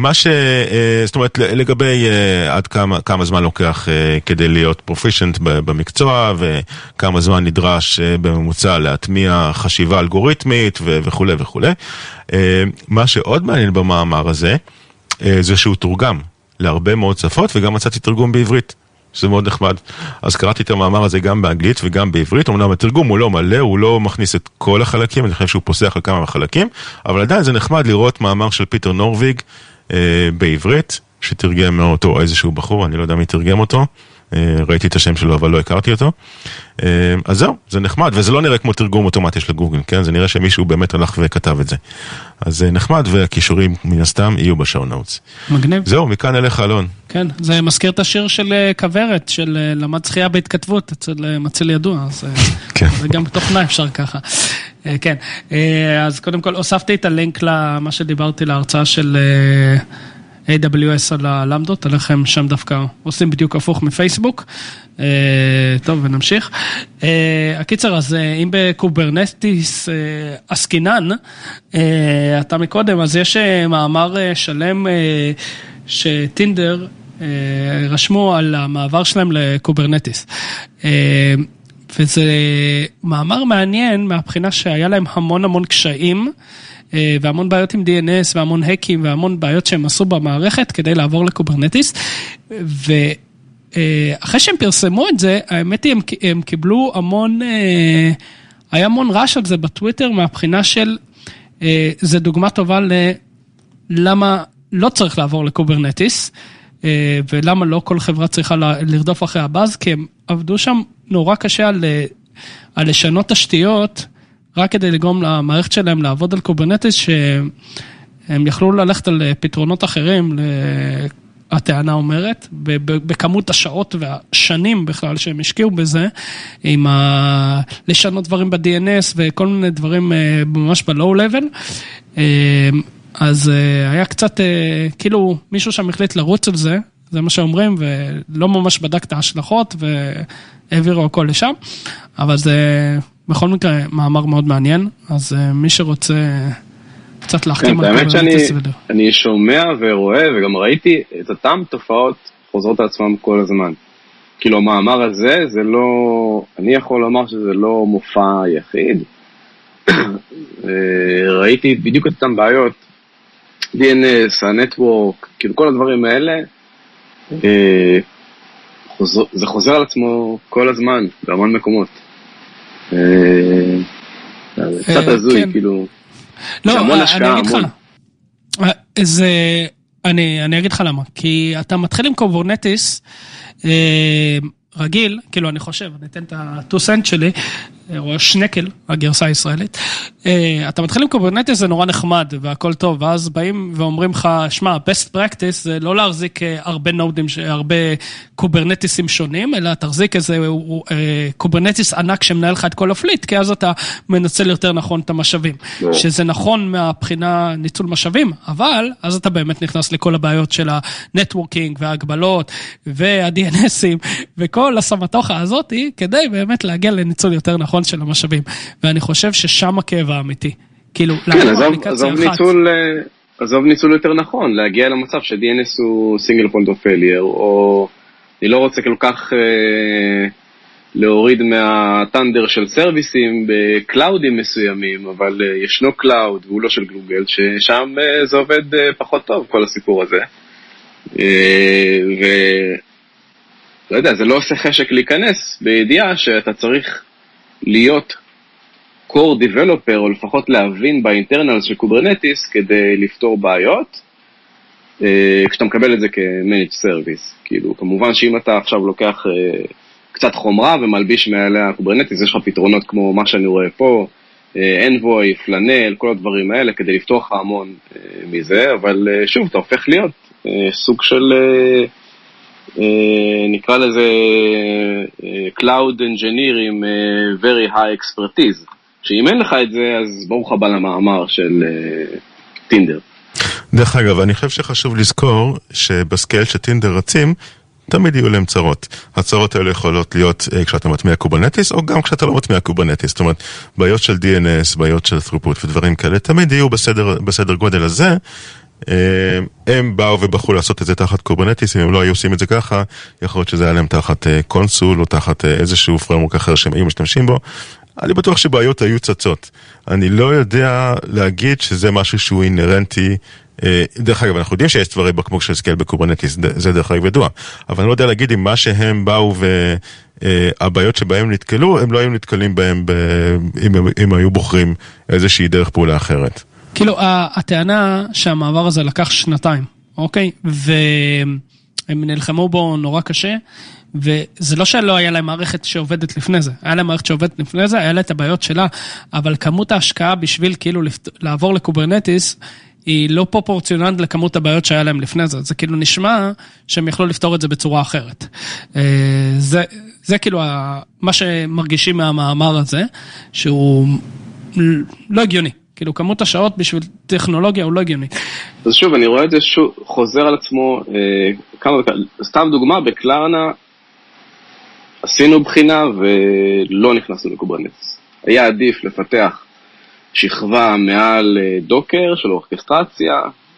זאת אומרת, לגבי עד כמה זמן לוקח כדי להיות פרופישנט במקצוע, וכמה זמן נדרש בממוצע להטמיע חשיבה אלגוריתמית וכו' וכו'. מה שעוד מעניין במאמר הזה, זה שהוא תורגם להרבה מאוד שפות, וגם מצאתי תרגום בעברית. שזה מאוד נחמד. אז קראתי את המאמר הזה גם באנגלית וגם בעברית, אמנם התרגום הוא לא מלא, הוא לא מכניס את כל החלקים, אני חושב שהוא פוסח על כמה חלקים, אבל עדיין זה נחמד לראות מאמר של פיטר נורוויג בעברית, שתרגם אותו איזשהו בחור, אני לא יודע מי תרגם אותו, ראיתי את השם שלו אבל לא הכרתי אותו. אז זהו, זה נחמד, וזה לא נראה כמו תרגום אוטומטי של גוגל, כן? זה נראה שמישהו באמת הלך וכתב את זה. אז זה נחמד, והכישורים מן הסתם יהיו בשואו נוטס. מגניב. זהו, מכאן אליך אלון. כן, זה מזכיר את השיר של כברת, של למד זכייה בהתכתבות, אצל מציל ידוע, אז כן. גם בתוכנה אפשר ככה. כן, אז קודם כל הוספתי את הלינק למה שדיברתי להרצאה של AWS על הלמדות, עליכם שם דווקא עושים בדיוק הפוך מפייסבוק. טוב, ונמשיך. הקיצר, אז אם בקוברנטיס עסקינן, אתה מקודם, אז יש מאמר שלם שטינדר רשמו על המעבר שלהם לקוברנטיס. וזה מאמר מעניין מהבחינה שהיה להם המון קשיים, והמון בעיות עם DNS, והמון האקים, והמון בעיות שהם עשו במערכת כדי לעבור לקוברנטיס, ואחרי שהם פרסמו את זה, האמת היא, הם קיבלו היה המון רעש על זה בטוויטר, מהבחינה של, זה דוגמה טובה למה לא צריך לעבור לקוברנטיס, ולמה לא כל חברה צריכה לרדוף אחרי הבאז, כי הם עבדו שם נורא קשה על לשנות תשתיות, רק כדי לגרום למערכת שלהם לעבוד על קוברנטיס, שהם יכלו ללכת על פתרונות אחרים, הטענה אומרת, בכמות השעות והשנים בכלל שהם השקיעו בזה, עם לשנות דברים ב-DNS וכל מיני דברים ממש בלואו לבל, אז היה קצת, כאילו מישהו שם החליט לרוץ על זה, זה מה שאומרים, ולא ממש בדק את ההשלכות, והעבירו הכל לשם, אבל זה בכל מקרה מאמר מאוד מעניין, אז מי שרוצה קצת להחכים על כל אני שומע ורואה, וגם ראיתי את אותם תופעות חוזרות על עצמם כל הזמן. כאילו המאמר הזה, זה לא, אני יכול לומר שזה לא מופע יחיד, ראיתי בדיוק את אותם בעיות, DNS, הנטוורק, כאילו כל הדברים האלה, זה חוזר על עצמו כל הזמן, בהמון מקומות. זה קצת הזוי, כאילו, יש המון השקעה, המון. אני אגיד לך למה, כי אתה מתחיל עם קוברנטיס, רגיל, כאילו אני חושב, אני אתן את ה-2 שלי, או שנקל, הגרסה הישראלית, אתה מתחיל עם קוברנטיס, זה נורא נחמד, והכל טוב, ואז באים ואומרים לך, שמע, best practice, זה לא להחזיק הרבה נודים, הרבה קוברנטיסים שונים, אלא תחזיק איזה קוברנטיס ענק שמנהל לך את כל הפליט, כי אז אתה מנצל יותר נכון את המשאבים, שזה נכון מהבחינה ניצול משאבים, אבל אז אתה באמת נכנס לכל הבעיות של הנטוורקינג, וההגבלות, וה-DNSים, וכל הסמטוחה הזאת, כדי באמת להגיע לניצול יותר נכון של המשאבים, ואני חושב ששם הכאב האמיתי, כאילו, כן, עזוב ניצול יותר נכון, להגיע למצב ש-DNS הוא single point of failure, או אני לא רוצה כל כך להוריד מהטנדר של סרוויסים בקלאודים מסוימים, אבל ישנו קלאוד, והוא לא של גוגל, ששם זה עובד פחות טוב, כל הסיפור הזה. לא יודע, זה לא עושה חשק להיכנס, בידיעה שאתה צריך להיות core developer, או לפחות להבין באינטרנל של קוברנטיס, כדי לפתור בעיות, כשאתה מקבל את זה כ-managed service. כאילו, כמובן שאם אתה עכשיו לוקח קצת חומרה ומלביש מעליה קוברנטיס, יש לך פתרונות כמו מה שאני רואה פה, Envoy, פלנל, כל הדברים האלה, כדי לפתור לך המון מזה, אבל שוב, אתה הופך להיות סוג של נקרא לזה Cloud Engineer עם very high expertise, שאם אין לך את זה, אז ברוך הבא למאמר של טינדר. דרך אגב, אני חושב שחשוב לזכור שבסקייל שטינדר רצים, תמיד יהיו להם צרות. הצרות האלה יכולות להיות כשאתה מטמיע קוברנטיס, או גם כשאתה לא מטמיע קוברנטיס. זאת אומרת, בעיות של DNS, בעיות של throughput ודברים כאלה, תמיד יהיו בסדר גודל הזה. הם באו ובחרו לעשות את זה תחת קוברנטיס, אם הם לא היו עושים את זה ככה, יכול להיות שזה היה להם תחת קונסול, או תחת איזשהו פרמורק אחר שהם היו משתמשים בו. אני בטוח שבעיות היו צצות. אני לא יודע להגיד שזה משהו שהוא אינרנטי. דרך אגב, אנחנו יודעים שיש דברי בקבוק של סקייל בקוברנטיס, זה דרך אגב ידוע, אבל אני לא יודע להגיד אם מה שהם באו והבעיות שבהם נתקלו, הם לא היו נתקלים בהם אם היו בוחרים איזושהי דרך פעולה אחרת. כאילו, הטענה שהמעבר הזה לקח 2, אוקיי? והם נלחמו בו נורא קשה, וזה לא שלא היה להם מערכת שעובדת לפני זה, היה להם מערכת שעובדת לפני זה, היה לה את הבעיות שלה, אבל כמות ההשקעה בשביל כאילו לעבור לקוברנטיס, היא לא פרופורציונלית לכמות הבעיות שהיה להם לפני זה. זה כאילו נשמע שהם יכלו לפתור את זה בצורה אחרת. זה כאילו מה שמרגישים מהמאמר הזה, שהוא לא הגיוני. כאילו כמות השעות בשביל טכנולוגיה הוא לא הגיוני. אז שוב, אני רואה את זה חוזר על עצמו, סתם דוגמה, בקלרנה עשינו בחינה ולא נכנסנו לקוברנטיס. היה עדיף לפתח שכבה מעל דוקר של אורקסטרציה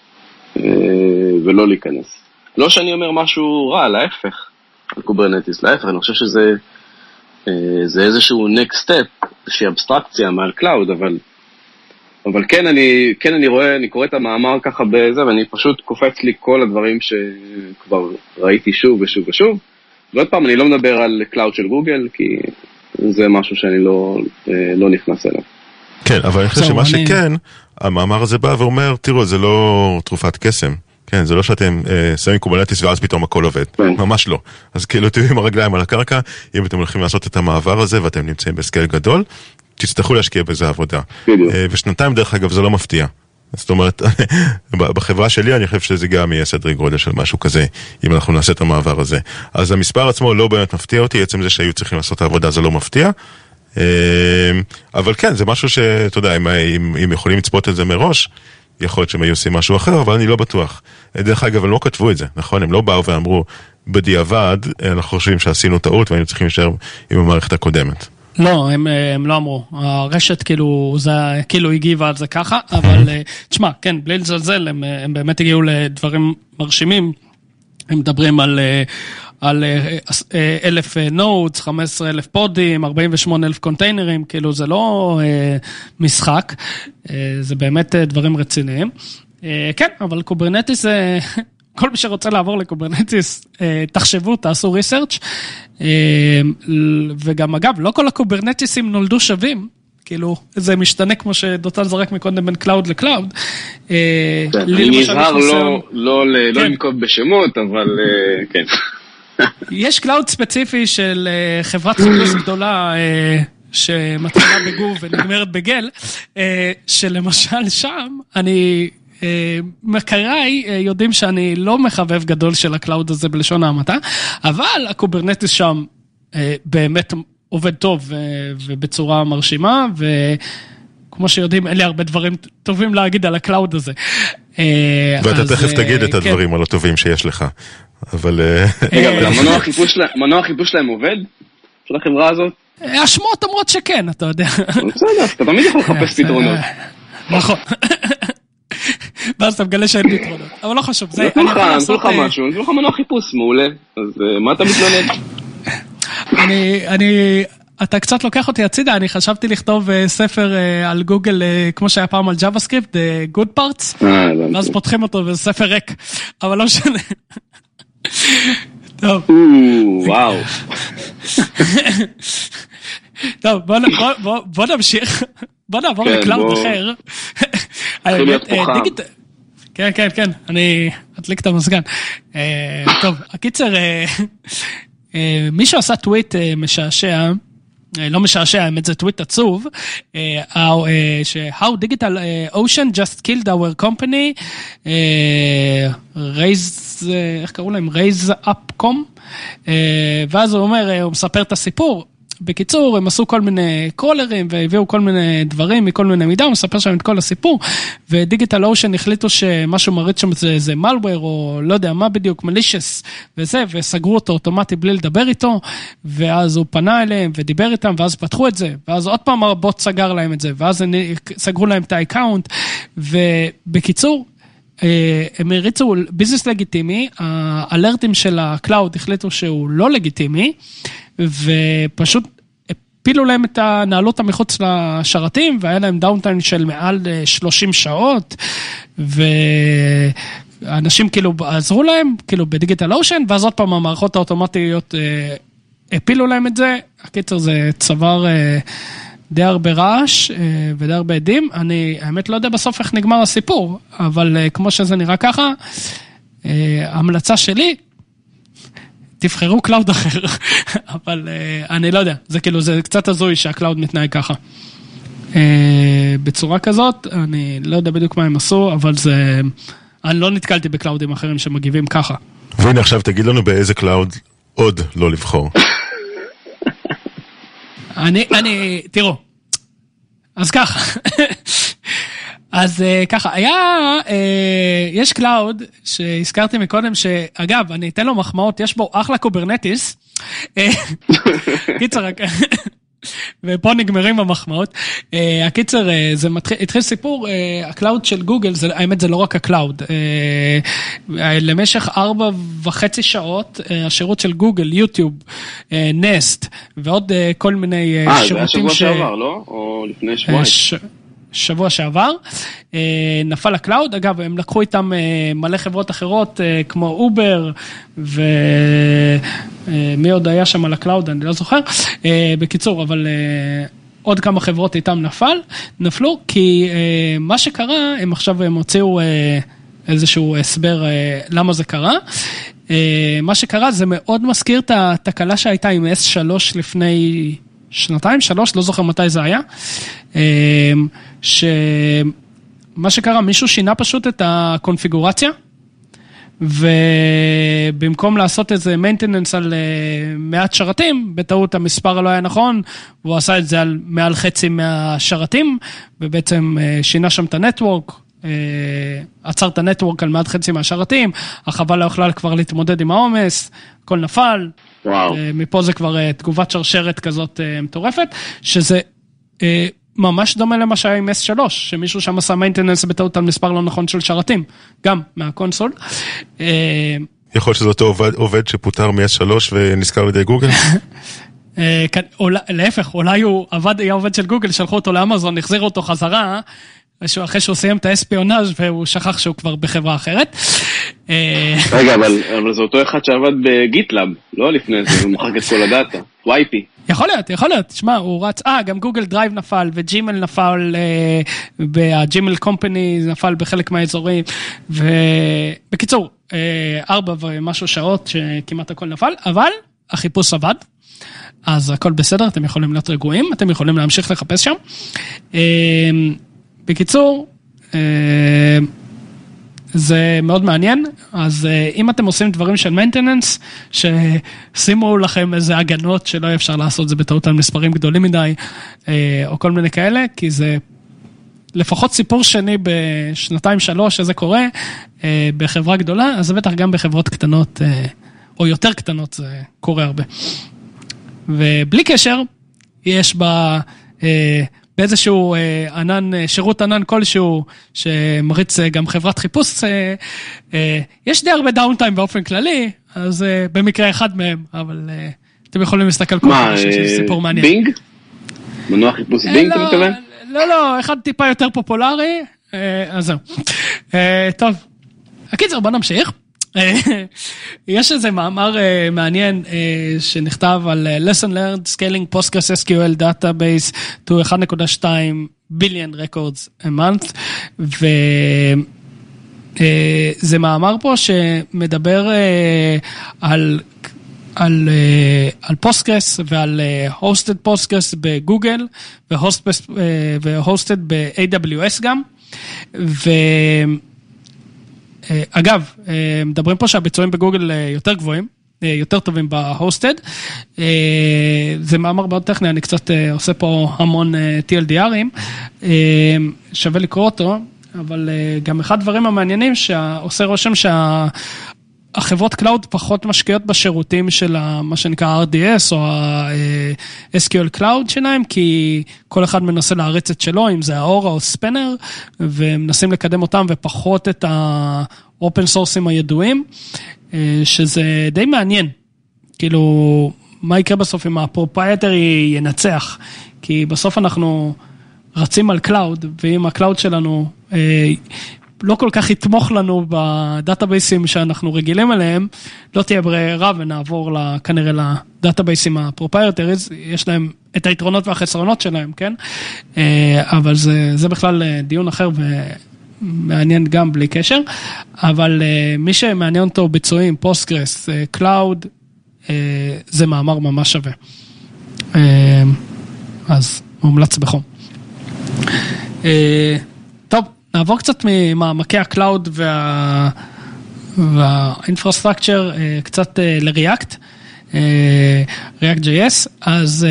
ולא להיכנס. לא שאני אומר משהו רע, להפך, על קוברנטיס, להפך, אני חושב שזה איזשהו next step, איזושהי אבסטרקציה מעל קלאוד, אבל כן אני רואה, אני קורא את המאמר ככה בזה, ואני פשוט קופץ לי כל הדברים שכבר ראיתי שוב ושוב ושוב, ועוד פעם אני לא מדבר על קלאוד של גוגל, כי זה משהו שאני לא נכנס אליו. כן, אבל אני חושב שמה שכן, המאמר הזה בא ואומר, תראו, זה לא תרופת קסם. כן, זה לא שאתם שמים קוברנטיס ואז פתאום הכל עובד. ממש לא. אז כאילו תהיו עם הרגליים על הקרקע, אם אתם הולכים לעשות את המעבר הזה ואתם נמצאים בסקייל גדול, תצטרכו להשקיע בזה עבודה. ושנתיים דרך אגב זה לא מפתיע. זאת אומרת, בחברה שלי אני חושב שזה גם יהיה סדרי גודל של משהו כזה, אם אנחנו נעשה את המעבר הזה. אז המספר עצמו לא באמת מפתיע אותי, עצם זה שהיו צריכים לעשות את העבודה זה לא מפתיע. אבל כן, זה משהו שאתה יודע, אם יכולים לצפות את זה מראש, יכול להיות שהם היו עושים משהו אחר, אבל אני לא בטוח. דרך אגב, הם לא כתבו את זה, נכון? הם לא באו ואמרו, בדיעבד, אנחנו חושבים שעשינו טעות, והיינו צריכים להישאר עם המערכת הקודמת. לא, הם לא אמרו. הרשת כאילו הגיבה על זה ככה, אבל תשמע, כן, בלי לזלזל, הם באמת הגיעו לדברים מרשימים. הם מדברים על 1,000 נודס, 15,000 פודים, 48,000 קונטיינרים, כאילו זה לא משחק, זה באמת דברים רציניים. כן, אבל קוברנטיס, כל מי שרוצה לעבור לקוברנטיס, תחשבו, תעשו ריסרצ', וגם אגב, לא כל הקוברנטיסים נולדו שווים, כאילו, זה משתנה כמו שדותן זרק מקודם בין קלאוד לקלאוד. אני נזהר לא לנקוב בשמות, אבל כן. יש קלאוד ספציפי של חברת חיפוש גדולה, שמתחילה בגו ונגמרת בגל, שלמשל שם, מכריי יודעים שאני לא מחבב גדול של הקלאוד הזה בלשון העמתה, אבל הקוברנטיס שם באמת עובד טוב ובצורה מרשימה, וכמו שיודעים, אין לי הרבה דברים טובים להגיד על הקלאוד הזה. ואתה תכף תגיד את הדברים הלא טובים שיש לך. אבל... רגע, מנוע החיפוש שלהם עובד? של החברה הזאת? השמועות אומרות שכן, אתה יודע. בסדר, אתה תמיד יכול לחפש פתרונות. נכון. ואז אתה מגלה שאין פתרונות. אבל לא חשוב, זה... נתנו לך משהו, נתנו לך מנוע חיפוש מעולה. אז מה אתה מתלונן? אתה קצת לוקח אותי הצידה, אני חשבתי לכתוב ספר על גוגל, כמו שהיה פעם על JavaScript, The Good Parts, ואז פותחים אותו וזה ספר ריק, אבל לא משנה. טוב. וואו. טוב, בוא נמשיך, בוא נעבור לקלאוד אחר. כן, כן, כן, אני אדליק את המזגן. טוב, הקיצר, מישהו עשה טוויט משעשע, לא משעשע, האמת זה טוויט עצוב, ש-How Digital Ocean just killed our company, raise, איך קראו להם? raise up.com, ואז הוא אומר, הוא מספר את הסיפור, בקיצור, הם עשו כל מיני קרולרים, והביאו כל מיני דברים מכל מיני מידע, הוא מספר שם את כל הסיפור, ודיגיטל אושן החליטו שמשהו מריץ שם זה מלוור, או לא יודע מה בדיוק, מלישס, וזה, וסגרו אותו אוטומטי בלי לדבר איתו, ואז הוא פנה אליהם ודיבר איתם, ואז פתחו את זה, ואז עוד פעם הבוט סגר להם את זה, ואז סגרו להם את האקאונט, ובקיצור, הם הריצו ביזנס לגיטימי, האלרטים של הקלאוד החליטו שהוא לא לגיטימי, ופשוט הפילו להם את הנעלות המחוץ לשרתים, והיה להם דאונטיים של מעל 30 שעות, ואנשים כאילו עזרו להם, כאילו בדיגיטל אושן, ואז עוד פעם המערכות האוטומטיות הפילו להם את זה, הקיצר זה צוואר די הרבה רעש ודי הרבה עדים, אני האמת לא יודע בסוף איך נגמר הסיפור, אבל כמו שזה נראה ככה, ההמלצה שלי, תבחרו קלאוד אחר, אבל אני לא יודע, זה כאילו, זה קצת הזוי שהקלאוד מתנהג ככה. בצורה כזאת, אני לא יודע בדיוק מה הם עשו, אבל זה, אני לא נתקלתי בקלאודים אחרים שמגיבים ככה. והנה עכשיו תגיד לנו באיזה קלאוד עוד לא לבחור. תראו, אז ככה, יש קלאוד שהזכרתי מקודם, שאגב, אני אתן לו מחמאות, יש בו אחלה קוברנטיס, קיצר, ופה נגמרים המחמאות, הקיצר, התחיל סיפור, הקלאוד של גוגל, האמת זה לא רק הקלאוד, למשך 4.5 שעות, השירות של גוגל, יוטיוב, נסט, ועוד כל מיני שירותים זה היה שבוע שעבר, לא? או לפני שבועיים? שבוע שעבר, נפל הקלאוד, אגב, הם לקחו איתם מלא חברות אחרות, כמו אובר, ומי עוד היה שם על הקלאוד, אני לא זוכר, בקיצור, אבל עוד כמה חברות איתם נפלו, כי מה שקרה, הם עכשיו הוציאו איזשהו הסבר למה זה קרה, מה שקרה זה מאוד מזכיר את התקלה שהייתה עם S3 לפני 2-3, לא זוכר מתי זה היה, שמה שקרה, מישהו שינה פשוט את הקונפיגורציה, ובמקום לעשות איזה maintenance על מעט שרתים, בטעות המספר לא היה נכון, והוא עשה את זה על מעל חצי מהשרתים, ובעצם שינה שם את הנטוורק, עצר את הנטוורק על מעט חצי מהשרתים, החבל לא יכלה כבר להתמודד עם העומס, הכל נפל, מפה זה כבר תגובת שרשרת כזאת מטורפת, שזה ממש דומה למה שהיה עם S3, שמישהו שם עשה maintenance בטעות על מספר לא נכון של שרתים, גם מהקונסול. יכול להיות שזה אותו עובד שפוטר מ-S3 ונזכר לידי גוגל? להפך, אולי הוא היה עובד של גוגל, שלחו אותו לאמזון, החזירו אותו חזרה, אחרי שהוא סיים את האספיונאז' והוא שכח שהוא כבר בחברה אחרת. רגע, אבל זה אותו אחד שעבד בגיטלאב, לא לפני זה, הוא מחק את כל הדאטה, YP. יכול להיות, תשמע, הוא רץ, גם גוגל דרייב נפל, וג'ימל נפל, והג'ימל קומפני נפל בחלק מהאזורים, ובקיצור, 4 ומשהו שעות שכמעט הכל נפל, אבל החיפוש עבד, אז הכל בסדר, אתם יכולים להיות רגועים, אתם יכולים להמשיך לחפש שם. בקיצור, זה מאוד מעניין, אז אם אתם עושים דברים של maintenance, ששימו לכם איזה הגנות שלא אפשר לעשות זה בטעות על מספרים גדולים מדי, או כל מיני כאלה, כי זה לפחות סיפור שני ב2-3 שזה קורה, בחברה גדולה, אז זה בטח גם בחברות קטנות, או יותר קטנות זה קורה הרבה. ובלי קשר, יש באיזשהו ענן, שירות ענן כלשהו, שמריץ גם חברת חיפוש, יש די הרבה דאונטיים באופן כללי, אז במקרה אחד מהם, אבל אתם יכולים להסתכל כל כך, שזה סיפור מעניין. בינג? מנוע חיפוש בינג, אתה מתכוון? לא, אחד טיפה יותר פופולרי, אז זהו. טוב, הקיצר, בוא נמשיך. יש איזה מאמר מעניין שנכתב על lesson learned scaling Postgres SQL database to 1.2 billion records a month, וזה מאמר פה שמדבר על Postgres ועל hosted Postgres בגוגל והosted ב-AWS גם, אגב, מדברים פה שהביצועים בגוגל יותר גבוהים, יותר טובים בהוסטד, זה מאמר מאוד טכני, אני קצת עושה פה המון TLDR'ים, שווה לקרוא אותו, אבל גם אחד הדברים המעניינים שעושה רושם החברות קלאוד פחות משקיעות בשירותים של מה שנקרא RDS או ה-SQL קלאוד שלהם, כי כל אחד מנסה להריץ את שלו, אם זה האורה או ספנר, ומנסים לקדם אותם ופחות את האופן סורסים הידועים, שזה די מעניין. כאילו, מה יקרה בסוף אם הפרופרייטרי ינצח? כי בסוף אנחנו רצים על קלאוד, ואם הקלאוד שלנו לא כל כך יתמוך לנו בדאטאבייסים שאנחנו רגילים אליהם, לא תהיה ברירה ונעבור כנראה לדאטאבייסים הפרופרייטריז, יש להם את היתרונות והחסרונות שלהם, כן? אבל זה בכלל דיון אחר ומעניין גם בלי קשר, אבל מי שמעניין אותו ביצועים, פוסטגרס, קלאוד, זה מאמר ממש שווה. אז מומלץ בחום. טוב, נעבור קצת ממעמקי הקלאוד והאינפרסטרקצ'ר קצת לריאקט, React.js, אז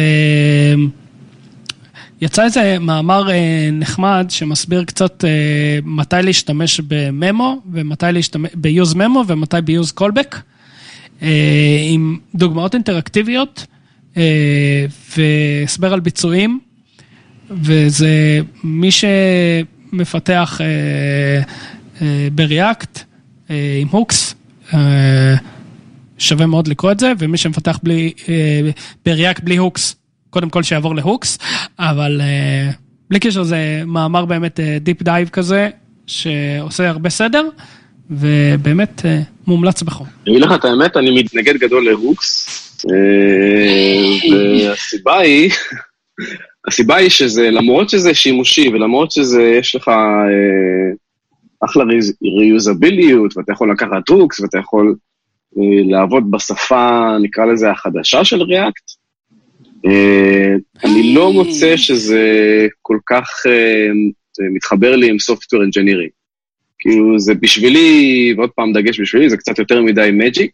יצא איזה מאמר נחמד שמסביר קצת מתי להשתמש בממו, ומתי להשתמש ביוז ממו, ומתי ביוז קולבק, עם דוגמאות אינטראקטיביות, והסבר על ביצועים, וזה מי שמפתח בריאקט עם הוקס, שווה מאוד לקרוא את זה, ומי שמפתח בריאקט בלי הוקס, קודם כל שיעבור להוקס, אבל בלי קשר זה מאמר באמת דיפ דייב כזה, שעושה הרבה סדר, ובאמת מומלץ בחום. אני אגיד לך את האמת, אני מתנגד גדול להוקס, והסיבה היא שזה, למרות שזה שימושי, ולמרות שזה יש לך אחלה ריוזביליות, ואתה יכול לקחת הוקס, ואתה יכול לעבוד בשפה, נקרא לזה החדשה של ריאקט, אני לא מוצא שזה כל כך מתחבר לי עם software engineering. כאילו זה בשבילי, ועוד פעם דגש בשבילי, זה קצת יותר מדי magic.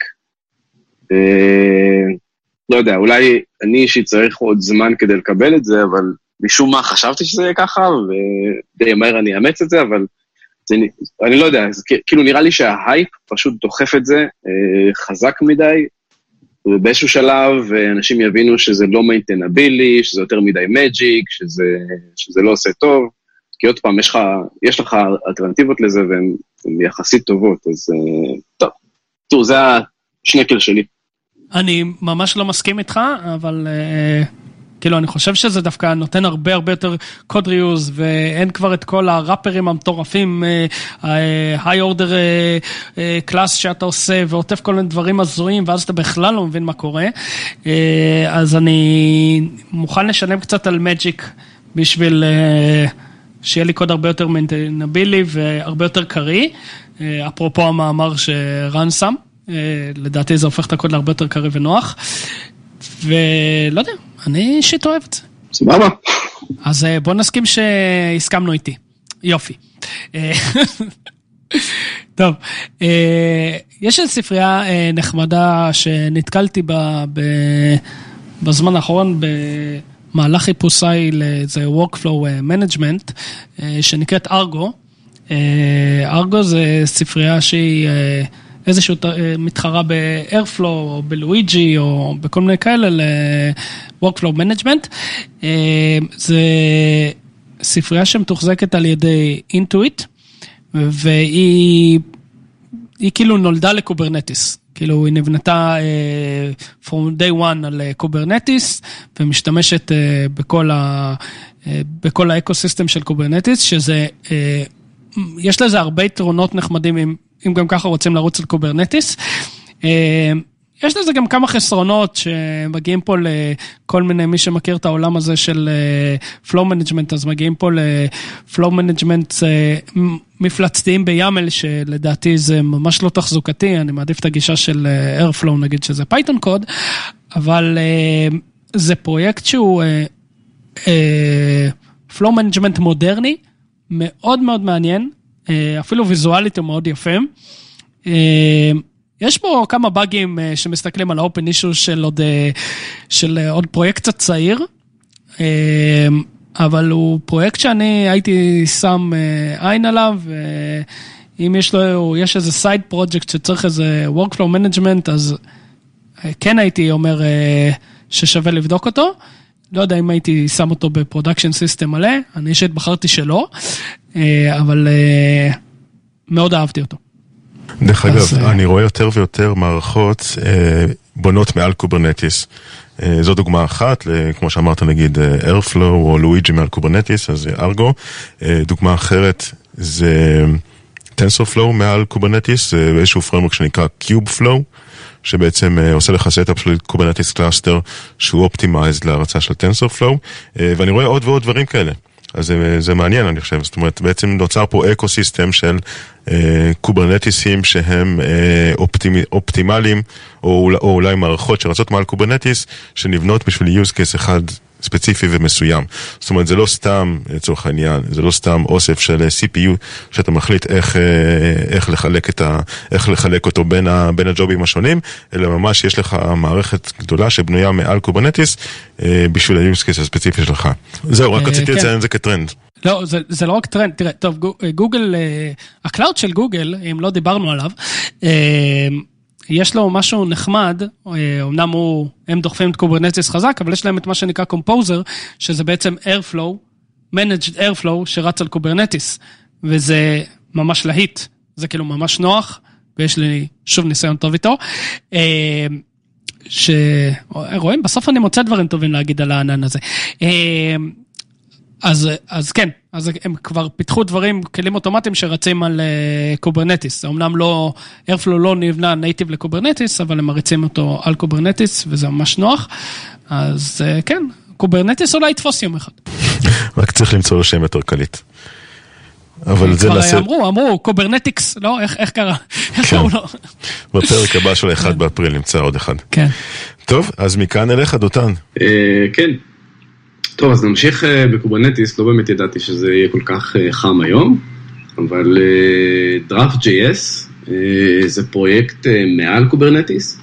לא יודע, אולי אני אישית צריך עוד זמן כדי לקבל את זה, אבל משום מה חשבתי שזה יהיה ככה, ודי מהר אני אאמץ את זה, אבל אני לא יודע, כאילו נראה לי שההייפ פשוט דוחף את זה חזק מדי, ובאיזשהו שלב אנשים יבינו שזה לא מיינטנבילי, שזה יותר מדי מג'יק, שזה לא עושה טוב, כי עוד פעם יש לך אלטרנטיבות לזה והן יחסית טובות, אז טוב, תראו, זה השנקל שלי. אני ממש לא מסכים איתך, אבל כאילו אני חושב שזה דווקא נותן הרבה יותר קוד ריוז, ואין כבר את כל הראפרים המטורפים, היי אורדר קלאס שאתה עושה, ועוטף כל מיני דברים הזויים, ואז אתה בכלל לא מבין מה קורה. אז אני מוכן לשלם קצת על מג'יק, בשביל שיהיה לי קוד הרבה יותר מיינטנבילי, והרבה יותר קרי, אפרופו המאמר שרן שם, לדעתי זה הופך את הקוד להרבה יותר קרי ונוח, ולא יודע, אני אישית אוהב את זה. סבבה. אז בוא נסכים שהסכמנו איתי. יופי. טוב, יש איזו ספרייה נחמדה שנתקלתי בה בזמן האחרון במהלך חיפושי לאיזה Workflow Management, שנקראת ארגו. ארגו זה ספרייה שהיא איזשהו מתחרה ב-Airflow או בלואיג'י או בכל מיני כאלה ל-Workflow Management. זה ספרייה שמתוחזקת על ידי Intuit, והיא כאילו נולדה לקוברנטיס. כאילו היא נבנתה from day one על קוברנטיס, ומשתמשת בכל האקוסיסטם של קוברנטיס, שזה, יש לזה הרבה יתרונות נחמדים, אם גם ככה רוצים לרוץ על קוברנטיס. יש לזה גם כמה חסרונות שמגיעים פה לכל מיני, מי שמכיר את העולם הזה של flow management, אז מגיעים פה ל-flow management מפלצתיים בימל, שלדעתי זה ממש לא תחזוקתי, אני מעדיף את הגישה של Airflow, נגיד שזה Python קוד, אבל זה פרויקט שהוא flow management מודרני, מאוד מאוד מעניין, אפילו ויזואלית הוא מאוד יפה, יש פה כמה באגים שמסתכלים על ה-open issue של עוד פרויקט קצת צעיר, אבל הוא פרויקט שאני הייתי שם עין עליו, ואם יש איזה side project שצריך איזה workflow management, אז כן הייתי אומר ששווה לבדוק אותו, לא יודע אם הייתי שם אותו בפרודקשן סיסטם מלא, אני אישית בחרתי שלא, אבל מאוד אהבתי אותו. דרך אגב, אני רואה יותר ויותר מערכות בונות מעל קוברנטיס. זו דוגמה אחת, כמו שאמרת נגיד Airflow או לואיג'י מעל קוברנטיס, אז זה ארגו. דוגמה אחרת זה TensorFlow מעל קוברנטיס, זה איזשהו פריימוורק שנקרא Kubeflow, שבעצם עושה לך סטאפ של קוברנטיס קלאסטר שהוא אופטימייזד להרצה של TensorFlow, ואני רואה עוד ועוד דברים כאלה. אז זה מעניין, אני חושב. זאת אומרת, בעצם נוצר פה אקוסיסטם של קוברנטיסים שהם אופטימליים, או אולי מערכות שרצות מעל קוברנטיס, שנבנות בשביל use case אחד ספציפי ומסוים. זאת אומרת, זה לא סתם, לצורך העניין, זה לא סתם אוסף של CPU, שאתה מחליט איך לחלק אותו בין הג'ובים השונים, אלא ממש יש לך מערכת גדולה שבנויה מעל קוברנטיס, בשביל ה-use case הספציפי שלך. זהו, רק רציתי לציין את זה כטרנד. לא, זה לא רק טרנד, תראה, טוב, גוגל, הקלאוד של גוגל, אם לא דיברנו עליו, יש לו משהו נחמד, אמנם הם דוחפים את קוברנטיס חזק, אבל יש להם את מה שנקרא קומפוזר, שזה בעצם Airflow, Managed Airflow, שרץ על קוברנטיס, וזה ממש להיט, זה כאילו ממש נוח, ויש לי שוב ניסיון טוב איתו, רואים, בסוף אני מוצא דברים טובים להגיד על הענן הזה. אז כן, אז הם כבר פיתחו דברים, כלים אוטומטיים שרצים על קוברנטיס. אמנם לא, Airflow לא נבנה נייטיב לקוברנטיס, אבל הם מריצים אותו על קוברנטיס, וזה ממש נוח. אז כן, קוברנטיס אולי יתפוס יום אחד. רק צריך למצוא לו שם יותר קליט. אבל זה כבר אמרו, קוברנטיקס, לא? איך קרה? כן, בפרק הבא של 1 באפריל נמצא עוד אחד. כן. טוב, אז מכאן אליך, דותן. כן. טוב, אז נמשיך בקוברנטיס, לא באמת ידעתי שזה יהיה כל כך חם היום, אבל Draft.js זה פרויקט מעל קוברנטיס,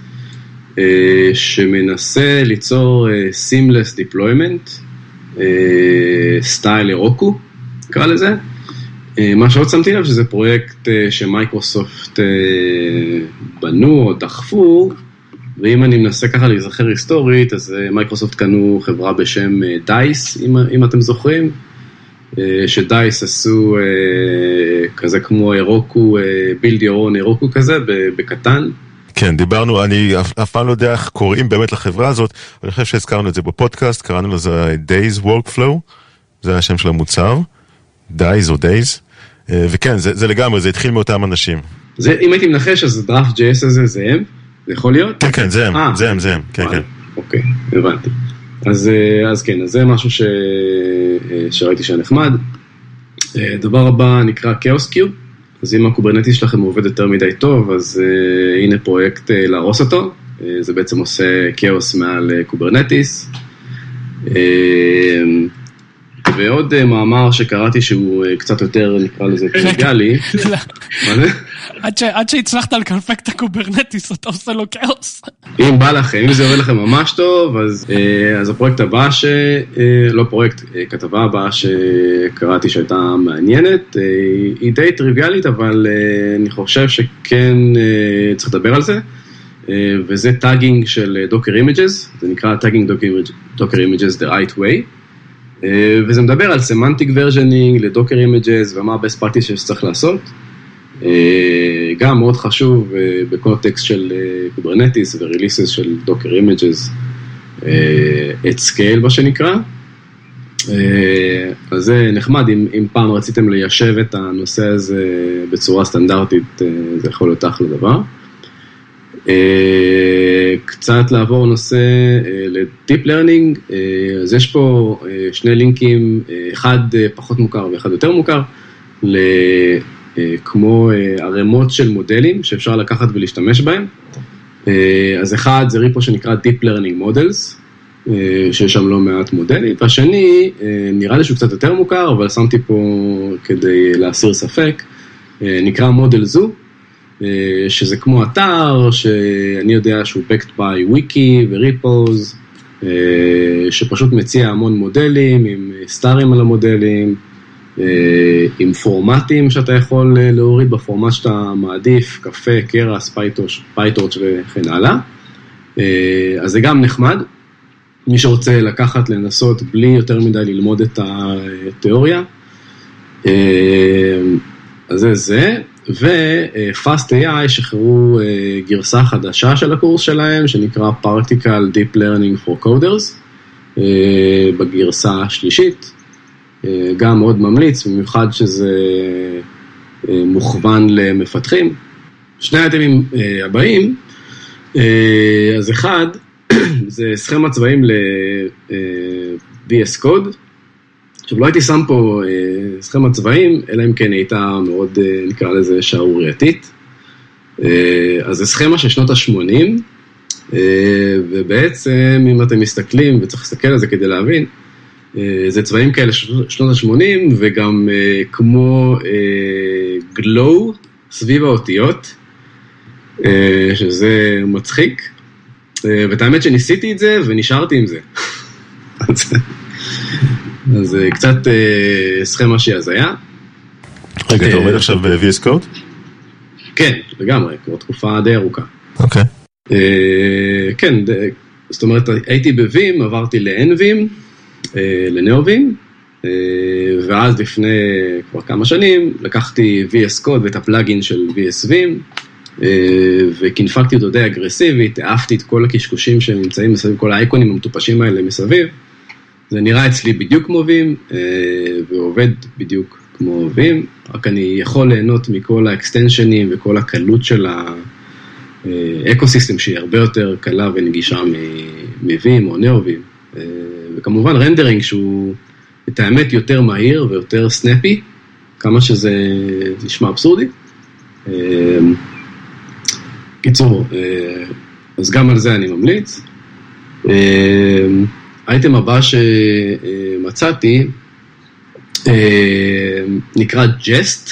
שמנסה ליצור seamless deployment, סטייל אירוקו, נקרא לזה. מה שעוד שמתי לב שזה פרויקט שמייקרוסופט בנו או דחפו, ואם אני מנסה ככה להיזכר היסטורית, אז מייקרוסופט קנו חברה בשם דייס, אם אתם זוכרים, שדייס עשו כזה כמו אירוקו, build your own אירוקו כזה, בקטן. כן, דיברנו, אני אף פעם לא יודע איך קוראים באמת לחברה הזאת, אני חושב שהזכרנו את זה בפודקאסט, קראנו לזה Days Workflow, זה השם של המוצר, Days או Days, וכן, זה לגמרי, זה התחיל מאותם אנשים. אם הייתי מנחש, אז Draft.js הזה זה הם? זה יכול להיות? כן, כן, זה הם, כן, כן. אוקיי, הבנתי. אז כן, אז זה משהו שראיתי שנחמד. דבר הבא נקרא Chaos Cube, אז אם הקוברנטיס שלכם עובד יותר מדי טוב, אז הנה פרויקט להרוס אותו, זה בעצם עושה כאוס מעל קוברנטיס. ועוד מאמר שקראתי שהוא קצת יותר, נקרא לזה, טריוויאלי. עד שהצלחת לקנפק את הקוברנטיס, אתה עושה לו כאוס. אם בא לכם, אם זה עובד לכם ממש טוב, אז הפרויקט הבא לא פרויקט, כתבה הבאה שקראתי שהייתה מעניינת, היא די טריוויאלית, אבל אני חושב שכן צריך לדבר על זה, וזה טאגינג של דוקר אימג'ז, זה נקרא טאגינג דוקר אימג'ז the right way, וזה מדבר על סמנטיק ורז'נינג לדוקר אימג'ז ומה best practice שצריך לעשות. גם מאוד חשוב בקונטקסט של קוברנטיס וריליסס של דוקר אימג'ז at scale מה שנקרא. אז זה נחמד, אם פעם רציתם ליישב את הנושא הזה בצורה סטנדרטית, זה יכול להיות אחלה דבר. קצת לעבור נושא ל-Deep Learning, אז יש פה שני לינקים, אחד פחות מוכר ואחד יותר מוכר, כמו הרמות של מודלים שאפשר לקחת ולהשתמש בהם. אז אחד זה ריפו שנקרא Deep Learning Models, שיש שם לא מעט מודלים, והשני נראה לי שהוא קצת יותר מוכר, אבל שמתי פה כדי להסיר ספק, נקרא Model Zoo, שזה כמו אתר שאני יודע שהוא backed by wiki וריפוז, שפשוט מציע המון מודלים עם סטארים על המודלים, עם פורמטים שאתה יכול להוריד בפורמט שאתה מעדיף, קפה, קרס, פייטורץ' וכן הלאה. אז זה גם נחמד, מי שרוצה לקחת לנסות בלי יותר מדי ללמוד את התיאוריה, אז זה. ו-Fast AI שחררו גרסה חדשה של הקורס שלהם, שנקרא Practical Deep Learning for Coders, בגרסה השלישית, גם מאוד ממליץ, במיוחד שזה מוכוון למפתחים. שני האייטמים הבאים, אז אחד, זה סכמת צבעים ל-VS Code, עכשיו, לא הייתי שם פה סכמת צבעים, אלא אם כן הייתה מאוד, נקרא לזה, שערורייתית. אז זה סכמה של שנות ה-80, ובעצם, אם אתם מסתכלים, וצריך להסתכל על זה כדי להבין, זה צבעים כאלה שנות ה-80, וגם כמו גלו סביב האותיות, שזה מצחיק. ואת האמת שניסיתי את זה, ונשארתי עם זה. אז קצת סכמה שהיא הזיה. רגע, אתה עומד עכשיו ב-VS Code? כן, לגמרי, כבר תקופה די ארוכה. אוקיי. כן, זאת אומרת, הייתי ב-Vim, עברתי ל-NVim, ל-NeoVim, ואז לפני כבר כמה שנים, לקחתי VS Code ואת הפלאגין של VS Vim, וכנפקתי אותו די אגרסיבית, העפתי את כל הקשקושים שנמצאים מסביב, כל האייקונים המטופשים האלה מסביב, זה נראה אצלי בדיוק כמו Vim, ועובד בדיוק כמו Vim, רק אני יכול ליהנות מכל האקסטנשנים וכל הקלות של האקוסיסטם שהיא הרבה יותר קלה ונגישה מ-Vim או NeoVim, וכמובן רנדרינג שהוא את האמת יותר מהיר ויותר סנאפי, כמה שזה נשמע אבסורדי. קיצור, אז גם על זה אני ממליץ. האייטם הבא שמצאתי נקרא Jest,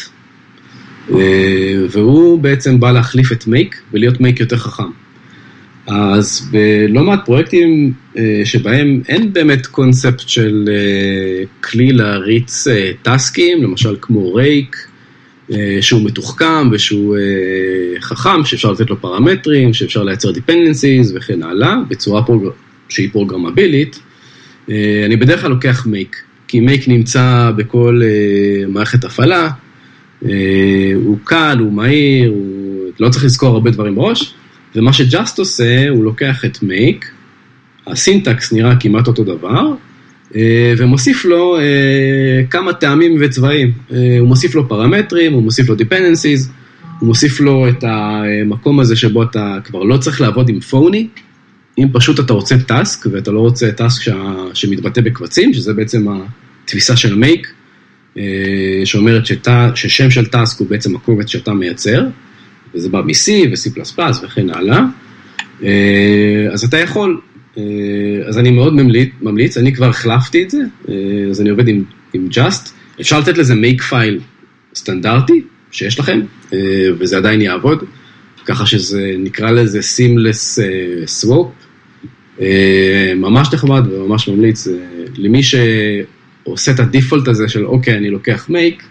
והוא בעצם בא להחליף את Make ולהיות Make יותר חכם. אז בלא מעט פרויקטים שבהם אין באמת קונספט של כלי להריץ טסקים, למשל כמו Rake, שהוא מתוחכם ושהוא חכם, שאפשר לתת לו פרמטרים, שאפשר לייצר dependencies וכן הלאה, בצורה שהיא פרוגרמבילית, אני בדרך כלל לוקח Make, כי Make נמצא בכל מערכת הפעלה, הוא קל, הוא מהיר, הוא לא צריך לזכור הרבה דברים בראש, ומה שג'אסט עושה, הוא לוקח את Make, הסינטקס נראה כמעט אותו דבר, ומוסיף לו כמה טעמים וצבעים, הוא מוסיף לו פרמטרים, הוא מוסיף לו dependencies, הוא מוסיף לו את המקום הזה שבו אתה כבר לא צריך לעבוד עם פוני, אם פשוט אתה רוצה טאסק, ואתה לא רוצה טאסק שמתבטא בקבצים, שזה בעצם התפיסה של Make, שאומרת ששם של טאסק הוא בעצם הקובץ שאתה מייצר, וזה בא מ-C ו-C++ וכן הלאה, אז אתה יכול אז אני מאוד ממליץ, אני כבר החלפתי את זה, אז אני עובד עם Just, אפשר לתת לזה make file סטנדרטי שיש לכם, וזה עדיין יעבוד, ככה שזה נקרא לזה seamless swap, ממש נחמד וממש ממליץ, למי שעושה את הדיפולט הזה של אוקיי, אני לוקח make,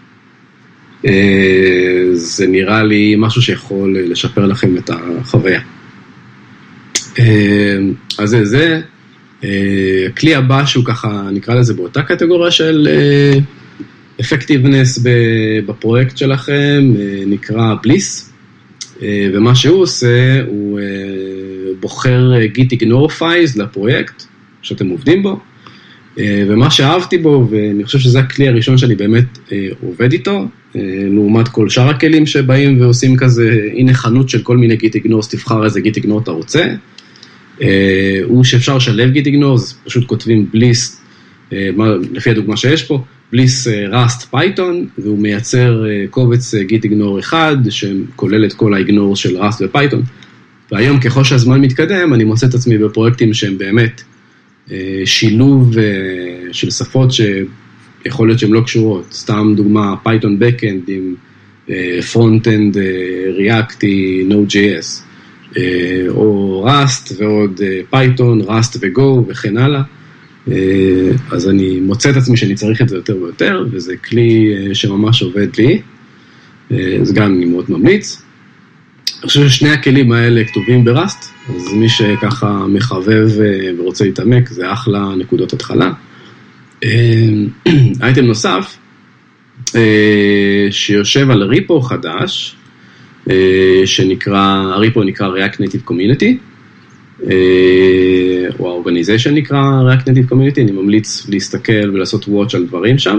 זה נראה לי משהו שיכול לשפר לכם את החוויה. אז זה, הכלי הבא שהוא ככה נקרא לזה באותה קטגוריה של effectiveness בפרויקט שלכם, נקרא בליס, ומה שהוא עושה, הוא בוחר git ignore files לפרויקט שאתם עובדים בו, ומה שאהבתי בו, ואני חושב שזה הכלי הראשון שאני באמת עובד איתו, לעומת כל שאר הכלים שבאים ועושים כזה, הנה חנות של כל מיני git ignores, תבחר איזה git ignore אתה רוצה, הוא שאפשר לשלב git ignore, אז פשוט כותבים בליס, לפי הדוגמה שיש פה, בליס rust python, והוא מייצר קובץ git ignore אחד, שכולל את כל ה-ignore של rust ופייתון, והיום ככל שהזמן מתקדם, אני מוצא את עצמי בפרויקטים שהם באמת שילוב של שפות שיכול להיות שהן לא קשורות, סתם דוגמה פייתון backend עם front-end react node.js, או rust ועוד פייתון, rust ו-go וכן הלאה, אז אני מוצא את עצמי שאני צריך את זה יותר ויותר, וזה כלי שממש עובד לי, אז גם אני מאוד ממליץ. אני חושב ששני הכלים האלה כתובים ברסט, אז מי שככה מחבב ורוצה להתעמק, זה אחלה נקודות התחלה. אייטם נוסף, שיושב על ריפו חדש, הריפו נקרא React Native Community, או האורגניזיישן נקרא React Native Community, אני ממליץ להסתכל ולעשות watch על דברים שם.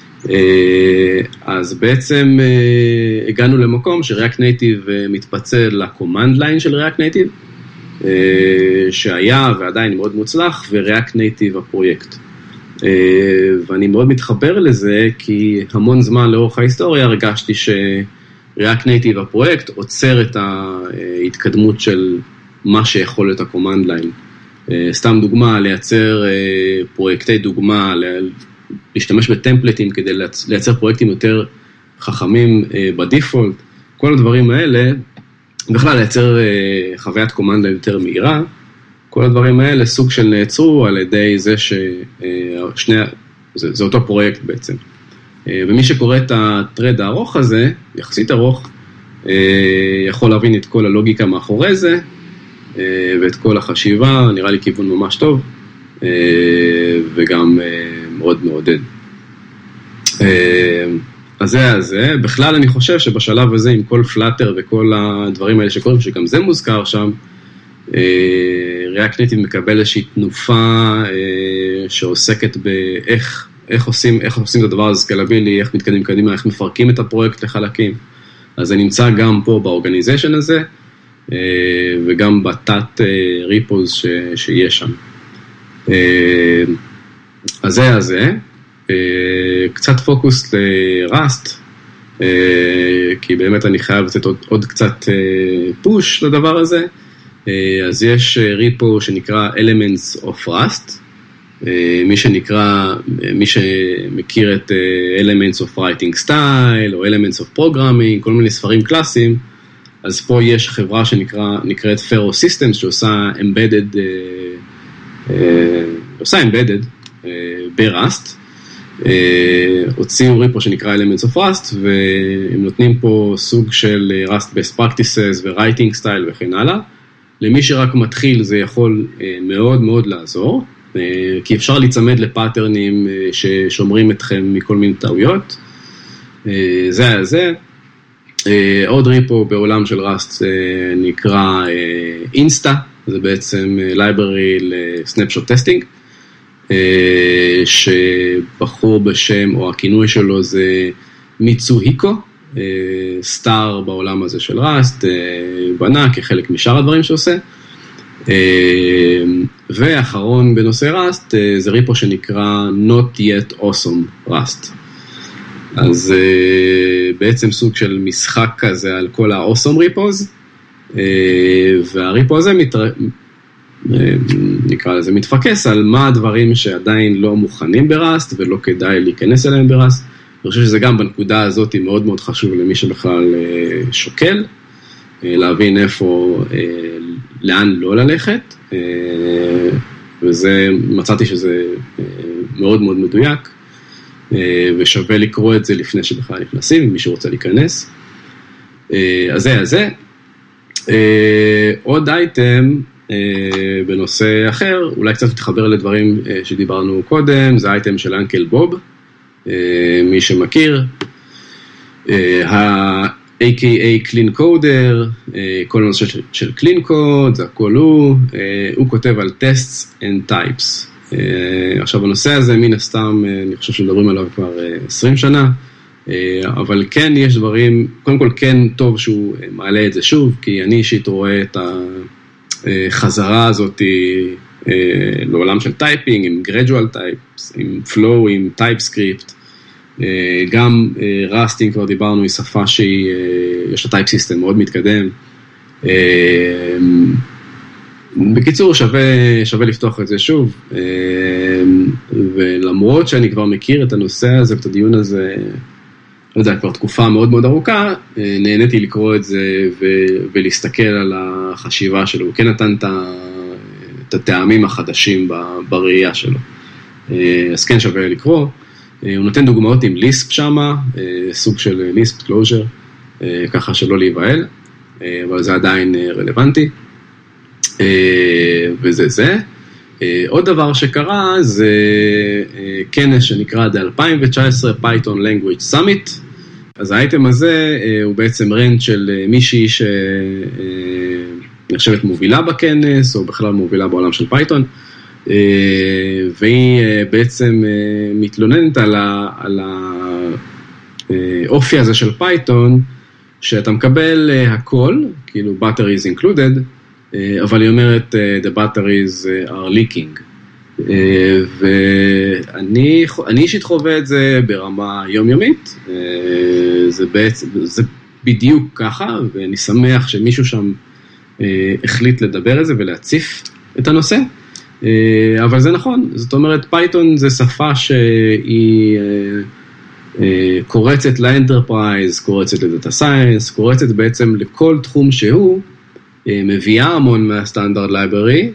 אז בעצם הגענו למקום ש-React Native מתפצל ל-command line של React Native, שהיה ועדיין מאוד מוצלח, ו-React Native הפרויקט. ואני מאוד מתחבר לזה, כי המון זמן לאורך ההיסטוריה הרגשתי ש-React Native הפרויקט עוצר את ההתקדמות של מה שיכול את ה-command line. סתם דוגמה, לייצר פרויקטי דוגמה, להשתמש בטמפלטים כדי לייצר פרויקטים יותר חכמים בדיפולט, כל הדברים האלה, בכלל לייצר חוויית command line יותר מהירה, כל הדברים האלה סוג של נעצרו על ידי זה זה אותו פרויקט בעצם. ומי שקורא את הטרד הארוך הזה, יחסית ארוך, יכול להבין את כל הלוגיקה מאחורי זה, ואת כל החשיבה, נראה לי כיוון ממש טוב, וגם מאוד מעודד. אז זה, בכלל אני חושב שבשלב הזה עם כל פלאטר וכל הדברים האלה שקוראים, שגם זה מוזכר שם, React Native מקבל איזושהי תנופה שעוסקת באיך עושים את הדבר הזה סקלבילי, איך מתקדמים קדימה, איך מפרקים את הפרויקט לחלקים. אז זה נמצא גם פה באורגניזיישן הזה, וגם בתת ריפוז שיש שם. אז זה, קצת פוקוס לראסט, כי באמת אני חייב לתת עוד קצת פוש לדבר הזה. אז יש ריפו שנקרא Elements of Rust, מי שמכיר את Elements of Writing Style, או Elements of Programming, כל מיני ספרים קלאסיים, אז פה יש חברה שנקראת Faro Systems, שעושה Embedded ברסט, הוציאו ריפו שנקרא Elements of Rust, והם נותנים פה סוג של Rust Best Practices ו-Writing Style וכן הלאה. למי שרק מתחיל זה יכול מאוד מאוד לעזור, כי אפשר להצמד לפאטרנים ששומרים אתכם מכל מיני טעויות. זה. עוד ריפו בעולם של ראסט נקרא אינסטה, זה בעצם library ל-snapshot testing, שבחור בשם או הכינוי שלו זה מיצוהיקו, סטאר בעולם הזה של ראסט, בנה כחלק משאר הדברים שעושה. ואחרון בנושא ראסט, זה ריפו שנקרא Not Yet Awesome Rust. אז בעצם סוג של משחק כזה על כל ה-Awesome ריפוז, והריפו הזה נקרא לזה, מתפקס על מה הדברים שעדיין לא מוכנים בראסט ולא כדאי להיכנס אליהם בראסט. אני חושב שזה גם בנקודה הזאת מאוד מאוד חשוב למי שבכלל שוקל, להבין איפה, לאן לא ללכת, וזה, מצאתי שזה מאוד מאוד מדויק, ושווה לקרוא את זה לפני שבכלל נכנסים, אם מישהו רוצה להיכנס. אז זה. עוד אייטם בנושא אחר, אולי קצת תתחבר לדברים שדיברנו קודם, זה אייטם של אנקל בוב, מי שמכיר, ה-AKA Clean Coder, כל הנושא של Clean Code, זה הכל הוא כותב על Tests and Types. עכשיו הנושא הזה מן הסתם, אני חושב שמדברים עליו כבר 20 שנה, אבל כן יש דברים, קודם כל כן טוב שהוא מעלה את זה שוב, כי אני אישית רואה את החזרה הזאת לעולם של טייפינג, עם gradual types, עם flow, עם TypeScript, גם ראסטינג כבר דיברנו, היא שפה שיש לה טייפ סיסטם מאוד מתקדם. בקיצור, שווה לפתוח את זה שוב, ולמרות שאני כבר מכיר את הנושא הזה ואת הדיון הזה, לא יודע, כבר תקופה מאוד מאוד ארוכה, נהניתי לקרוא את זה ולהסתכל על החשיבה שלו. הוא כן נתן את הטעמים החדשים בראייה שלו. אז כן שווה לקרוא. הוא נותן דוגמאות עם ליספ שמה, סוג של ליספ קלוז'ר, ככה שלא להיבהל, אבל זה עדיין רלוונטי. וזה זה. עוד דבר שקרה זה כנס שנקרא ב-2019 Python Language Summit. אז האייטם הזה הוא בעצם רנט של מישהי שנחשבת מובילה בכנס, או בכלל מובילה בעולם של פייתון, והיא בעצם מתלוננת על האופי הזה של פייתון, שאתה מקבל הכל, כאילו batteries included, אבל היא אומרת, the batteries are leaking. ואני אישית חווה את זה ברמה יומיומית, זה בדיוק ככה, ואני שמח שמישהו שם החליט לדבר את זה ולהציף את הנושא, אבל זה נכון, זאת אומרת, פייתון זה שפה שהיא קורצת לאנטרפרייז, קורצת לדאטה סיינס, קורצת בעצם לכל תחום שהוא, מביאה המון מהסטנדרט לייברי,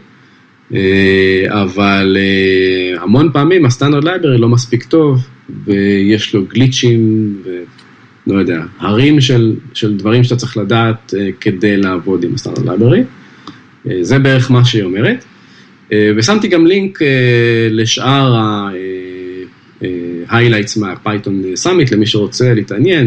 אבל המון פעמים הסטנדרט לייברי לא מספיק טוב, ויש לו גליצ'ים, ולא יודע, הרים של דברים שאתה צריך לדעת כדי לעבוד עם הסטנדרט לייברי. זה בערך מה שהיא אומרת. ושמתי גם לינק לשאר ה-highlights מהפייתון סאמיט, למי שרוצה להתעניין.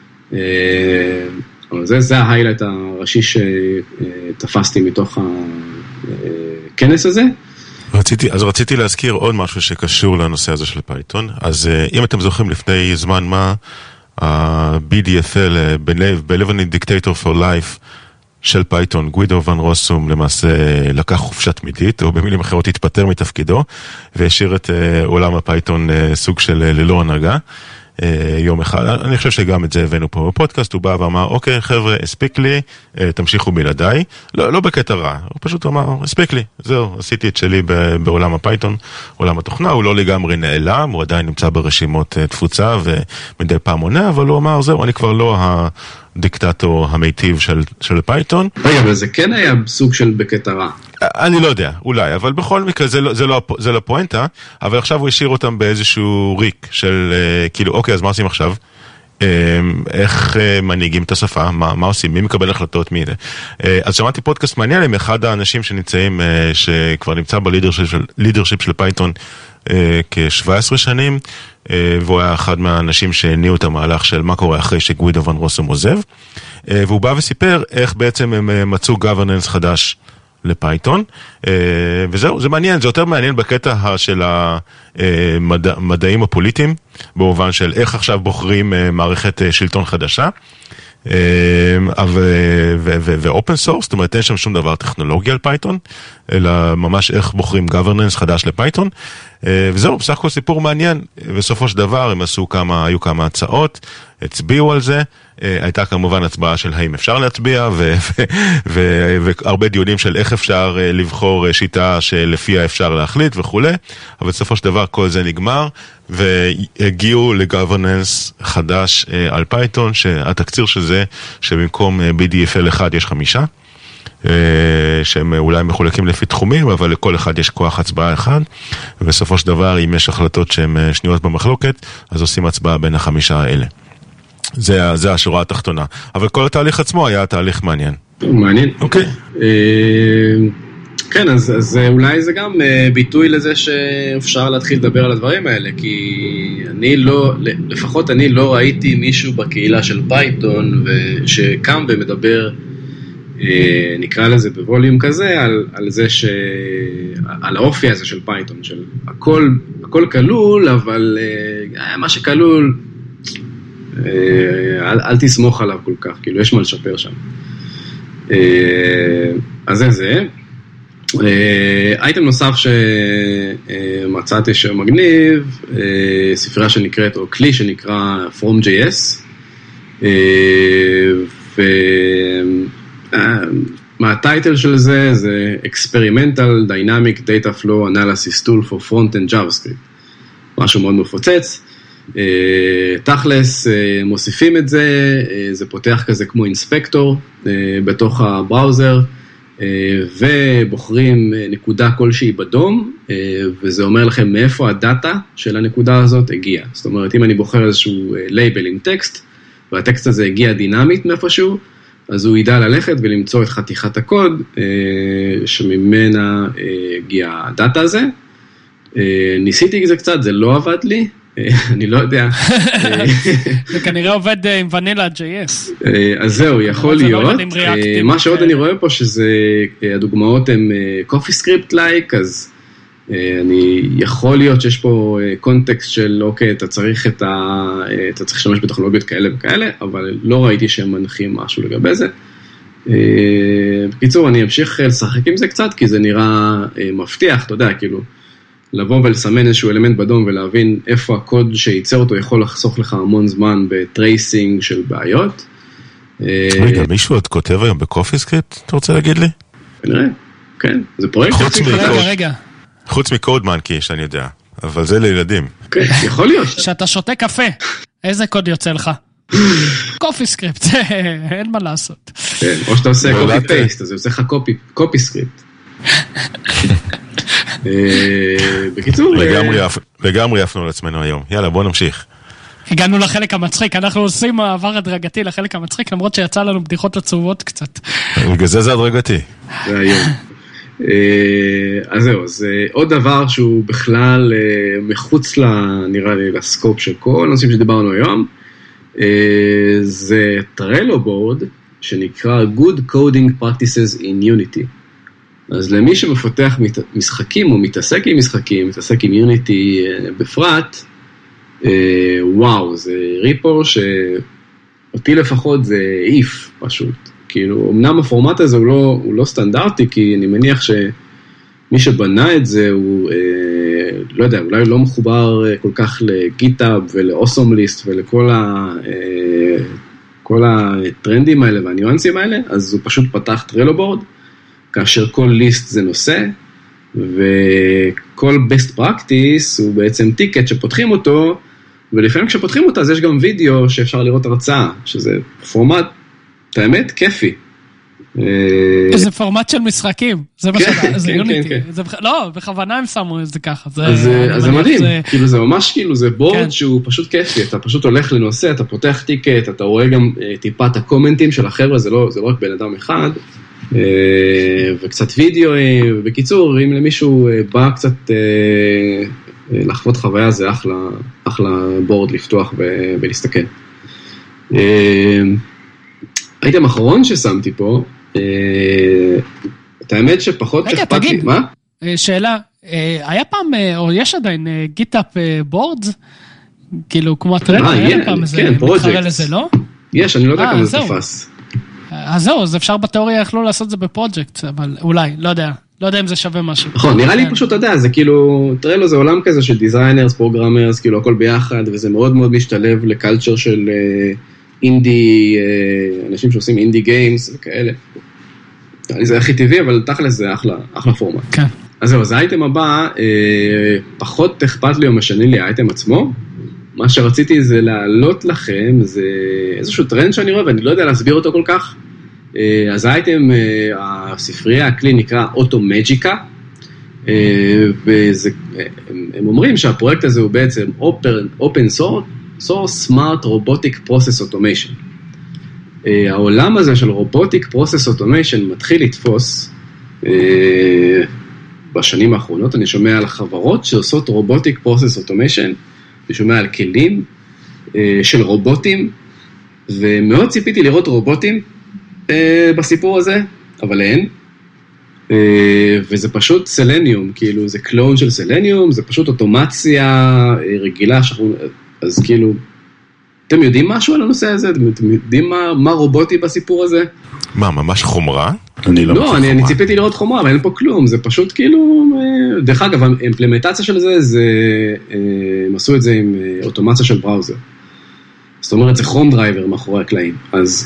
זה ההיילייט הראשי שתפסתי מתוך הכנס הזה. רציתי להזכיר עוד משהו שקשור לנושא הזה של פייתון. אז אם אתם זוכרים לפני זמן מה, ה-BDFL, ב-Lebanon Dictator for Life של פייתון, גוידו ון רוסום למעשה לקח חופשה תמידית, או במילים אחרות התפטר מתפקידו, והשאיר את עולם הפייתון סוג של ללא הנהגה. יום אחד, אני חושב שגם את זה הבאנו פה בפודקאסט, הוא בא ואמר, אוקיי חבר'ה, הספיק לי, תמשיכו בלעדיי, לא בקטע רע, הוא פשוט אמר, הספיק לי, זהו, עשיתי את שלי בעולם הפייתון, עולם התוכנה, הוא לא לגמרי נעלם, הוא עדיין נמצא ברשימות תפוצה ומדי פעם עונה, אבל הוא אמר, זהו, אני כבר לא הדיקטטור המיטיב של פייתון. רגע, אבל זה כן היה סוג של בקטע רע. אני לא יודע, אולי, אבל בכל מקרה זה לא פואנטה, אבל עכשיו הוא השאיר אותם באיזשהו ריק של, כאילו, אוקיי, אז מה עושים עכשיו? איך מנהיגים את השפה? מה עושים? מי מקבל החלטות? מי זה? אז שמעתי פודקאסט מעניין עם אחד האנשים שנמצאים, שכבר נמצא בלידרשיפ של פייתון כ-17 שנים, והוא היה אחד מהאנשים שהניעו את המהלך של מה קורה אחרי שגוידו ון רוסום עוזב, והוא בא וסיפר איך בעצם הם מצאו governance חדש לפייתון, וזהו, זה מעניין, זה יותר מעניין בקטע של המדעים הפוליטיים, במובן של איך עכשיו בוחרים מערכת שלטון חדשה, ואופן סורס, זאת אומרת אין שם שום דבר טכנולוגי על פייתון, אלא ממש איך בוחרים governance חדש לפייתון, וזהו, בסך הכל סיפור מעניין, בסופו של דבר הם היו כמה הצעות, הצביעו על זה, הייתה כמובן הצבעה של האם אפשר להצביע, והרבה דיונים של איך אפשר לבחור שיטה שלפיה אפשר להחליט וכו', אבל בסופו של דבר כל זה נגמר, והגיעו לגוורננס חדש על פייתון, שהתקציר של זה, שבמקום BDFL 1 יש 5, שהם אולי מחולקים לפי תחומים, אבל לכל אחד יש כוח הצבעה אחד, ובסופו של דבר, אם יש החלטות שהן שנויות במחלוקת, אז עושים הצבעה בין 5 האלה. זה השורה התחתונה. אבל כל התהליך עצמו היה תהליך מעניין. מעניין. אוקיי. כן, אז אולי זה גם ביטוי לזה שאפשר להתחיל לדבר על הדברים האלה, כי לפחות אני לא ראיתי מישהו בקהילה של פייתון, שקם ומדבר, נקרא לזה בווליום כזה, על זה על האופי הזה של פייתון, של הכל כלול, אבל מה שכלול, אל תסמוך עליו כל כך, כאילו יש מה לשפר שם. אז זה. אייטם נוסף שמצאתי שמגניב, ספרייה שנקראת, או כלי שנקרא From.js, מהטייטל של זה, זה Experimental Dynamic Data Flow Analysis Tool for Front-end JavaScript. משהו מאוד מפוצץ. תכלס, מוסיפים את זה, זה פותח כזה כמו אינספקטור בתוך הבראוזר, ובוחרים נקודה כלשהי בדום, וזה אומר לכם מאיפה הדאטה של הנקודה הזאת הגיעה. זאת אומרת, אם אני בוחר איזשהו לייבל עם טקסט, והטקסט הזה הגיע דינמית מאיפשהו, אז הוא ידע ללכת ולמצוא את חתיכת הקוד שממנה הגיע הדאטה הזה. ניסיתי את זה קצת, זה לא עבד לי, אני לא יודע. זה כנראה עובד עם ונילה JS. אז זהו, יכול להיות. מה שעוד אני רואה פה שזה, הדוגמאות הן CoffeeScript-like, אז אני יכול להיות שיש פה קונטקסט של, אוקיי, אתה צריך לשמש בטכנולוגיות כאלה וכאלה, אבל לא ראיתי שהם מנחים משהו לגבי זה. בקיצור, אני אמשיך לשחק עם זה קצת, כי זה נראה מבטיח, אתה יודע, כאילו, לבוא ולסמן איזשהו אלמנט בדום ולהבין איפה הקוד שייצר אותו יכול לחסוך לך המון זמן בטרייסינג של בעיות. רגע, מישהו עוד כותב היום בקופיסקריפט, אתה רוצה להגיד לי? כנראה, כן, זה פרויקט. חוץ מקוד מנקי, שאני יודע, אבל זה לילדים. כן, יכול להיות. שאתה שותה קפה, איזה קוד יוצא לך? קופיסקריפט, אין מה לעשות. כן, או שאתה עושה קופי פייסט, אז זה יוצא לך קופיסקריפט. בקיצור, לגמרי יפנו לעצמנו היום. יאללה, בוא נמשיך. הגענו לחלק המצחיק, אנחנו עושים מעבר הדרגתי לחלק המצחיק, למרות שיצא לנו בדיחות עצובות קצת. בגלל זה הדרגתי. זה היום. אז זהו, זה עוד דבר שהוא בכלל מחוץ נראה לי לסקופ של כל הנושאים שדיברנו היום, זה טרלו בורד שנקרא Good Coding Practices in Unity. אז למי שמפתח משחקים או מתעסק עם משחקים, מתעסק עם יוניטי בפרט, וואו, זה ריפור שאותי לפחות זה איף פשוט. כאילו, אמנם הפורמט הזה הוא לא סטנדרטי, כי אני מניח שמי שבנה את זה הוא, לא יודע, אולי לא מחובר כל כך לגיטאב ולאוסום ליסט ולכל כל הטרנדים האלה והניואנסים האלה, אז הוא פשוט פתח טרלו בורד, כאשר כל ליסט זה נושא, וכל best practice הוא בעצם טיקט שפותחים אותו, ולפעמים כשפותחים אותה, אז יש גם וידאו שאפשר לראות הרצאה, שזה פורמט, האמת, כיפי. זה פורמט של משחקים, זה מה זה יוניטי. לא, בכוונה הם שמו את זה ככה. אז זה מדהים, כאילו זה ממש כאילו, זה בורד שהוא פשוט כיפי, אתה פשוט הולך לנושא, אתה פותח טיקט, אתה רואה גם טיפה את הקומנטים של החבר'ה, זה לא רק בן אדם אחד, וקצת וידאו, בקיצור, אם למישהו בא קצת לחוות חוויה, זה אחלה בורד לפתוח ולהסתכל. הייתם אחרון ששמתי פה, את האמת שפחות אכפת לי, מה? שאלה, היה פעם, או יש עדיין גיטאפ בורדס, כאילו כמו הטרנד, היה פעם איזה מתחרה לזה, לא? יש, אני לא יודע כמה זה תפס. אז זהו, אז אפשר בתיאוריה יכלו לעשות זה בפרויקט, אבל אולי, לא יודע, לא יודע אם זה שווה משהו. נכון, נראה לי פשוט, אתה יודע, זה כאילו, תראה לו, זה עולם כזה של דיזיינרס, פרוגרמרס, כאילו הכל ביחד, וזה מאוד מאוד משתלב לקלצ'ר של אינדי, אנשים שעושים אינדי גיימס וכאלה. זה הכי טבעי, אבל תכלס זה אחלה פורמט. כן. אז זהו, אז האייטם הבא, פחות אכפת לי או משנה לי האייטם עצמו. מה שרציתי זה להעלות לכם, זה איזשהו טרנד שאני רואה, ואני לא יודע להסביר אותו כל כך. אז האייטם, הספרייה הכלי נקרא אוטומג'יקה, והם אומרים שהפרויקט הזה הוא בעצם Open Source Smart Robotic Process Automation. העולם הזה של Robotic Process Automation מתחיל לתפוס בשנים האחרונות. אני שומע על חברות שעושות Robotic Process Automation, אני שומע על כלים של רובוטים, ומאוד ציפיתי לראות רובוטים בסיפור הזה, אבל אין. וזה פשוט סלניום, כאילו זה קלון של סלניום, זה פשוט אוטומציה רגילה, אז כאילו, אתם יודעים משהו על הנושא הזה? אתם יודעים מה רובוטי בסיפור הזה? מה, ממש חומרה? לא, אני ציפיתי לראות חומרה, אבל אין פה כלום, זה פשוט כאילו, דרך אגב, האימפלמנטציה של זה, הם עשו את זה עם אוטומציה של בראוזר. זאת אומרת, זה כרום דרייבר מאחורי הקלעים, אז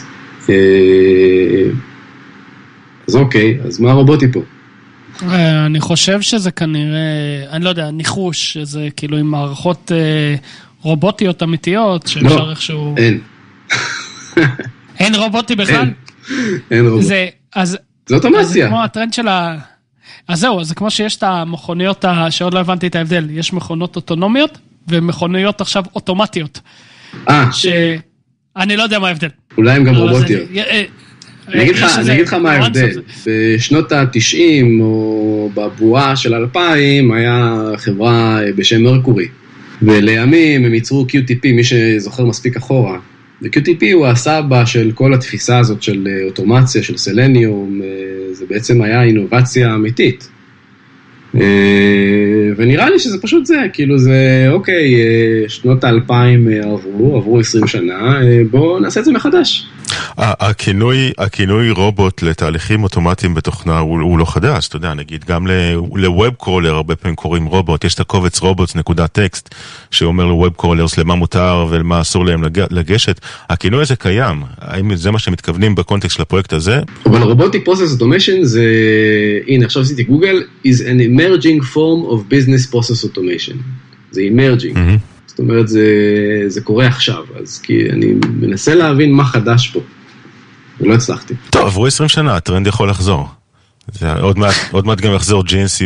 אוקיי, אז מה הרובוטי פה? אני חושב שזה כנראה, אני לא יודע, ניחוש, שזה כאילו עם מערכות רובוטיות אמיתיות, שאפשר איכשהו... אין. אין רובוטי בכלל? אין רובוט. זה אוטומציה. זה כמו הטרנד של אז זהו, זה כמו שיש את המכוניות, שעוד לא הבנתי את ההבדל, יש מכונות אוטונומיות, ומכוניות עכשיו אוטומטיות. שאני לא יודע מה ההבדל. אולי הם גם רובוטיות. אני אגיד לך מה ההבדל. בשנות ה-90, או בבועה של 2000, היה חברה בשם מרקורי. ולימים הם ייצרו QTP, מי שזוכר מספיק אחורה. ו-QTP הוא הסבא של כל התפיסה הזאת של אוטומציה, של סלניום, זה בעצם היה אינובציה אמיתית. ונראה לי שזה פשוט זה, כאילו זה, אוקיי, שנות ה-2000 עברו 20 שנה, בואו נעשה את זה מחדש. הכינוי רובוט לתהליכים אוטומטיים בתוכנה הוא לא חדש, אתה יודע, נגיד גם לווב קרולר הרבה פעמים קוראים רובוט, יש את הקובץ robots.txt שאומר לווב קרולרס למה מותר ולמה אסור להם לגשת, הכינוי הזה קיים, האם זה מה שמתכוונים בקונטקסט של הפרויקט הזה? אבל Robotic Process Automation זה, הנה עכשיו עשיתי גוגל, is an emerging form of business process automation, זה emerging. זאת אומרת, זה קורה עכשיו, אז כי אני מנסה להבין מה חדש פה, ולא הצלחתי. טוב, עברו 20 שנה, הטרנד יכול לחזור. עוד מעט גם יחזור ג'ינס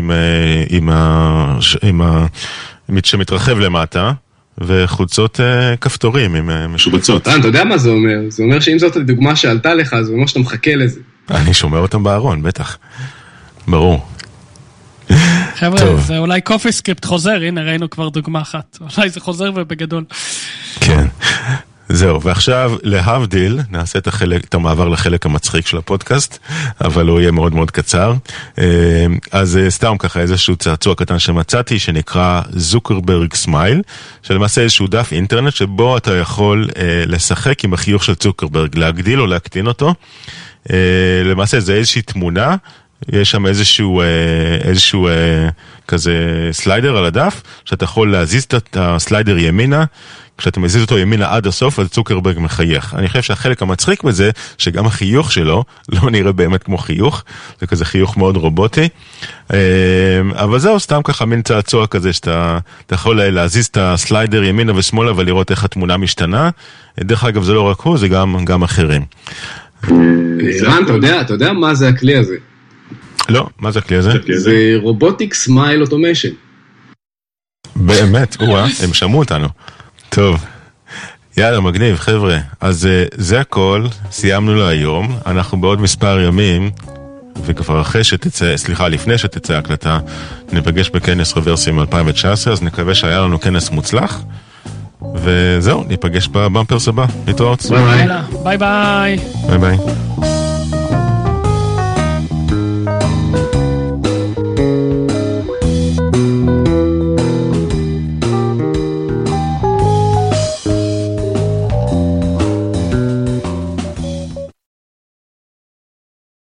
שמתרחב למטה, וחולצות כפתורים עם משובצות. אתה יודע מה זה אומר? זה אומר שאם זאת הדוגמה שעלתה לך, זה אומר שאתה מחכה לזה. אני שומע אותם בארון, בטח. ברור. חבר'ה, זה אולי קופי סקריפט חוזר, הנה ראינו כבר דוגמה אחת, אולי זה חוזר ובגדול. כן, זהו, ועכשיו להבדיל, נעשה את המעבר לחלק המצחיק של הפודקאסט, אבל הוא יהיה מאוד מאוד קצר. אז סתם ככה איזשהו צעצוע קטן שמצאתי, שנקרא זוקרברג סמייל, שלמעשה איזשהו דף אינטרנט, שבו אתה יכול לשחק עם החיוך של צוקרברג, להגדיל או להקטין אותו. למעשה זה איזושהי תמונה, יש שם איזשהו כזה סליידר על הדף, שאתה יכול להזיז את הסליידר ימינה, כשאתה מזיז אותו ימינה עד הסוף, אז צוקרברג מחייך. אני חושב שהחלק המצחיק בזה, שגם החיוך שלו לא נראה באמת כמו חיוך, זה כזה חיוך מאוד רובוטי, אבל זהו סתם ככה מין צעצוע כזה, שאתה יכול להזיז את הסליידר ימינה ושמאלה, ולראות איך התמונה משתנה. דרך אגב זה לא רק הוא, זה גם אחרים. רן, אתה יודע מה זה הכלי הזה? לא, מה זה הכלי הזה? זה רובוטיק סמייל אוטומיישן. באמת, הם שמעו אותנו. טוב, יאללה, מגניב, חבר'ה. אז זה הכל, סיימנו להיום. אנחנו בעוד מספר ימים, וכבר לפני שתצא הקלטה, ניפגש בכנס רוורסים 2019, אז נקווה שהיה לנו כנס מוצלח. וזהו, ניפגש בבמפרס הבא. להתראות. ביי ביי. ביי ביי.